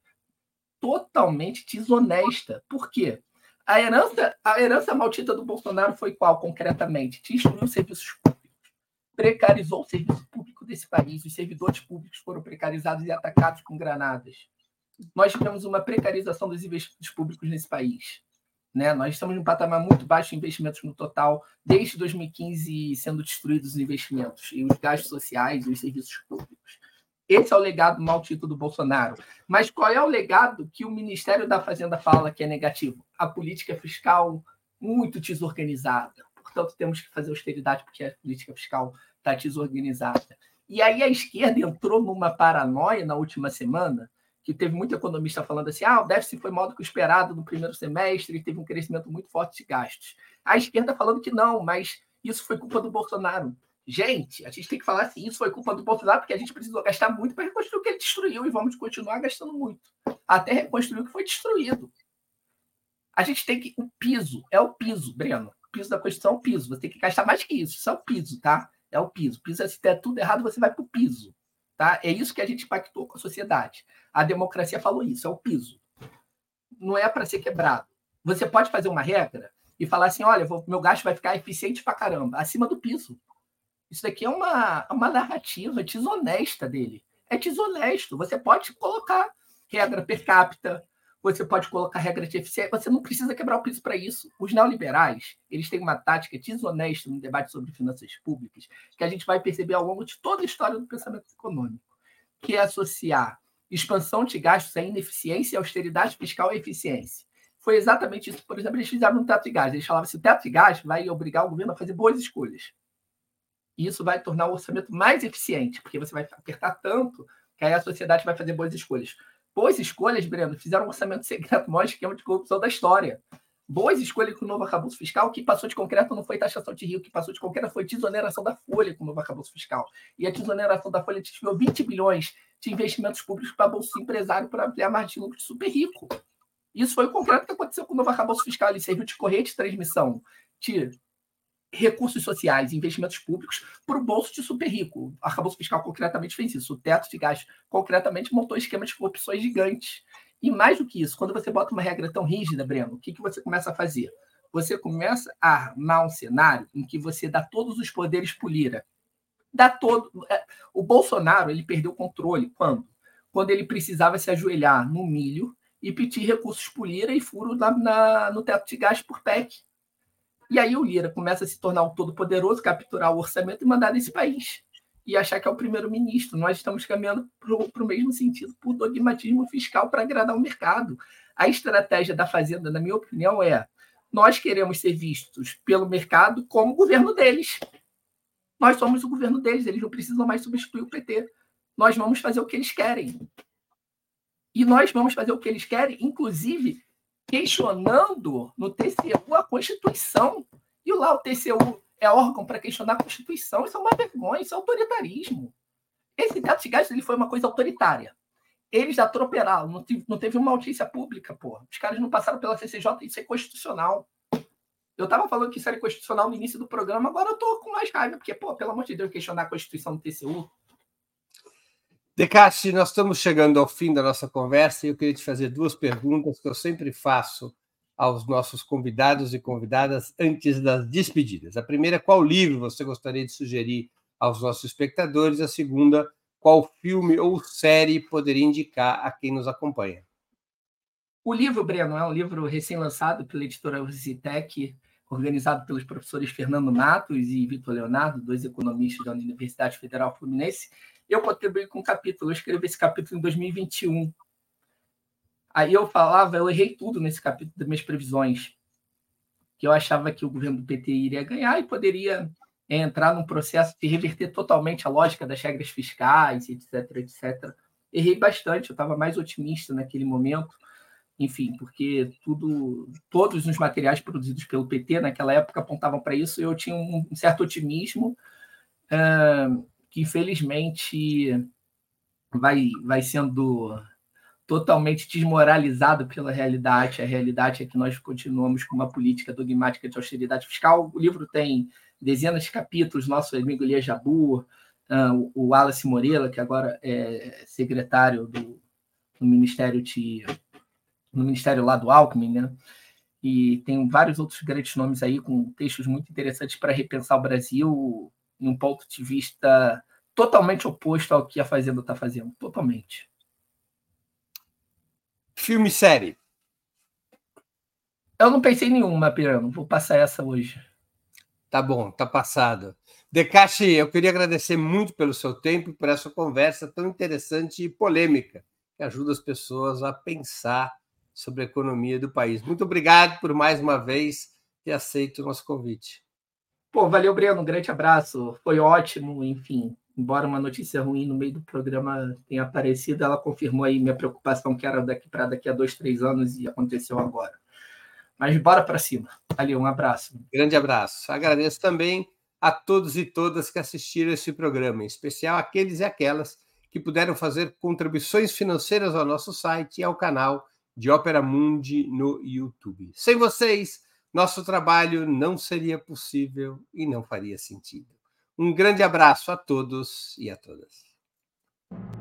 totalmente desonesta. Por quê? A herança, a herança maldita do Bolsonaro foi qual, concretamente? Destruiu os serviços públicos, precarizou o serviço público desse país, os servidores públicos foram precarizados e atacados com granadas. Nós tivemos uma precarização dos investimentos públicos nesse país. Né? Nós estamos em um patamar muito baixo de investimentos no total, desde dois mil e quinze sendo destruídos os investimentos e os gastos sociais e os serviços públicos. Esse é o legado maldito do Bolsonaro. Mas qual é o legado que o Ministério da Fazenda fala que é negativo? A política fiscal muito desorganizada. Portanto, temos que fazer austeridade porque a política fiscal está desorganizada. E aí a esquerda entrou numa paranoia na última semana, que teve muito economista falando assim, ah, o déficit foi maior do que o esperado no primeiro semestre e teve um crescimento muito forte de gastos. A esquerda falando que não, mas isso foi culpa do Bolsonaro. Gente, a gente tem que falar assim, isso foi culpa do Bolsonaro porque a gente precisou gastar muito para reconstruir o que ele destruiu e vamos continuar gastando muito, até reconstruir o que foi destruído. A gente tem que... O piso, é o piso, Breno. O piso da Constituição é o piso. Você tem que gastar mais que isso. Isso é o piso, tá? É o piso. O piso é se der tudo errado, você vai para o piso. Tá? É isso que a gente pactou com a sociedade. A democracia falou isso, é o piso. Não é para ser quebrado. Você pode fazer uma regra e falar assim, olha, vou, meu gasto vai ficar eficiente pra caramba, acima do piso. Isso daqui é uma, uma narrativa desonesta dele. É desonesto. Você pode colocar regra per capita, você pode colocar regra de eficiência, você não precisa quebrar o piso para isso. Os neoliberais, eles têm uma tática desonesta no debate sobre finanças públicas, que a gente vai perceber ao longo de toda a história do pensamento econômico, que é associar expansão de gastos à ineficiência e austeridade fiscal à eficiência. Foi exatamente isso. Por exemplo, eles fizeram no teto de gás. Eles falavam assim, o teto de gás vai obrigar o governo a fazer boas escolhas. E isso vai tornar o orçamento mais eficiente, porque você vai apertar tanto que aí a sociedade vai fazer boas escolhas. Boas escolhas, Breno, fizeram um orçamento secreto, o maior esquema de corrupção da história. Boas escolhas com o novo arcabouço fiscal, o que passou de concreto não foi taxação de rio, o que passou de concreto foi desoneração da folha com o novo arcabouço fiscal. E a desoneração da folha desviou vinte bilhões de investimentos públicos para bolsa empresário para ampliar a margem de lucro de super rico. Isso foi o concreto que aconteceu com o novo arcabouço fiscal. Ele serviu de correia de transmissão de recursos sociais e investimentos públicos para o bolso de super rico. O arcabouço fiscal concretamente fez isso. O teto de gastos concretamente montou esquemas de corrupções gigantes. E mais do que isso, quando você bota uma regra tão rígida, Breno, o que, que você começa a fazer? Você começa a armar um cenário em que você dá todos os poderes para o Lira. Dá todo... O Bolsonaro, ele perdeu o controle. Quando? Quando ele precisava se ajoelhar no milho e pedir recursos para o Lira e furo na, na, no teto de gastos por P E C. E aí o Lira começa a se tornar um todo-poderoso, capturar o orçamento e mandar nesse país. E achar que é o primeiro-ministro. Nós estamos caminhando para o mesmo sentido, por dogmatismo fiscal para agradar o mercado. A estratégia da Fazenda, na minha opinião, é nós queremos ser vistos pelo mercado como o governo deles. Nós somos o governo deles, eles não precisam mais substituir o P T. Nós vamos fazer o que eles querem. E nós vamos fazer o que eles querem, inclusive questionando no T C U a Constituição. E lá o T C U é órgão para questionar a Constituição. Isso é uma vergonha, isso é autoritarismo. Esse teto de gastos ele foi uma coisa autoritária. Eles atropelaram, não teve, não teve uma audiência pública, porra. Os caras não passaram pela C C J, isso é constitucional. Eu estava falando que isso era constitucional no início do programa, agora eu estou com mais raiva, porque, pô, pelo amor de Deus, questionar a Constituição do T C U. Decasti, nós estamos chegando ao fim da nossa conversa e eu queria te fazer duas perguntas que eu sempre faço aos nossos convidados e convidadas antes das despedidas. A primeira, qual livro você gostaria de sugerir aos nossos espectadores? A segunda, qual filme ou série poderia indicar a quem nos acompanha? O livro, Breno, é um livro recém-lançado pela editora Visitec, organizado pelos professores Fernando Matos e Vitor Leonardo, dois economistas da Universidade Federal Fluminense. Eu contribuí com um capítulo, eu escrevi esse capítulo em dois mil e vinte e um. Aí eu falava, eu errei tudo nesse capítulo das minhas previsões, que eu achava que o governo do P T iria ganhar e poderia é, entrar num processo de reverter totalmente a lógica das regras fiscais, etc, etcétera. Errei bastante, eu estava mais otimista naquele momento, enfim, porque tudo, todos os materiais produzidos pelo P T naquela época apontavam para isso e eu tinha um certo otimismo uh, que, infelizmente, vai, vai sendo totalmente desmoralizado pela realidade. A realidade é que nós continuamos com uma política dogmática de austeridade fiscal. O livro tem dezenas de capítulos, nosso amigo Elia Jabur, uh, o Wallace Moreira, que agora é secretário do, do Ministério de... no Ministério lá do Alckmin, né? E tem vários outros grandes nomes aí com textos muito interessantes para repensar o Brasil em um ponto de vista totalmente oposto ao que a Fazenda está fazendo, totalmente. Filme e série? Eu não pensei em nenhuma, Pirano, vou passar essa hoje. Tá bom, tá passado. Decasti, eu queria agradecer muito pelo seu tempo e por essa conversa tão interessante e polêmica, que ajuda as pessoas a pensar sobre a economia do país. Muito obrigado por mais uma vez ter aceito o nosso convite. Pô, valeu, Breno, um grande abraço, foi ótimo, enfim, embora uma notícia ruim no meio do programa tenha aparecido, ela confirmou aí minha preocupação que era daqui para daqui a dois, três anos e aconteceu agora. Mas bora para cima. Valeu, um abraço. Grande abraço. Agradeço também a todos e todas que assistiram esse programa, em especial aqueles e aquelas que puderam fazer contribuições financeiras ao nosso site e ao canal de Ópera Mundi no YouTube. Sem vocês, nosso trabalho não seria possível e não faria sentido. Um grande abraço a todos e a todas.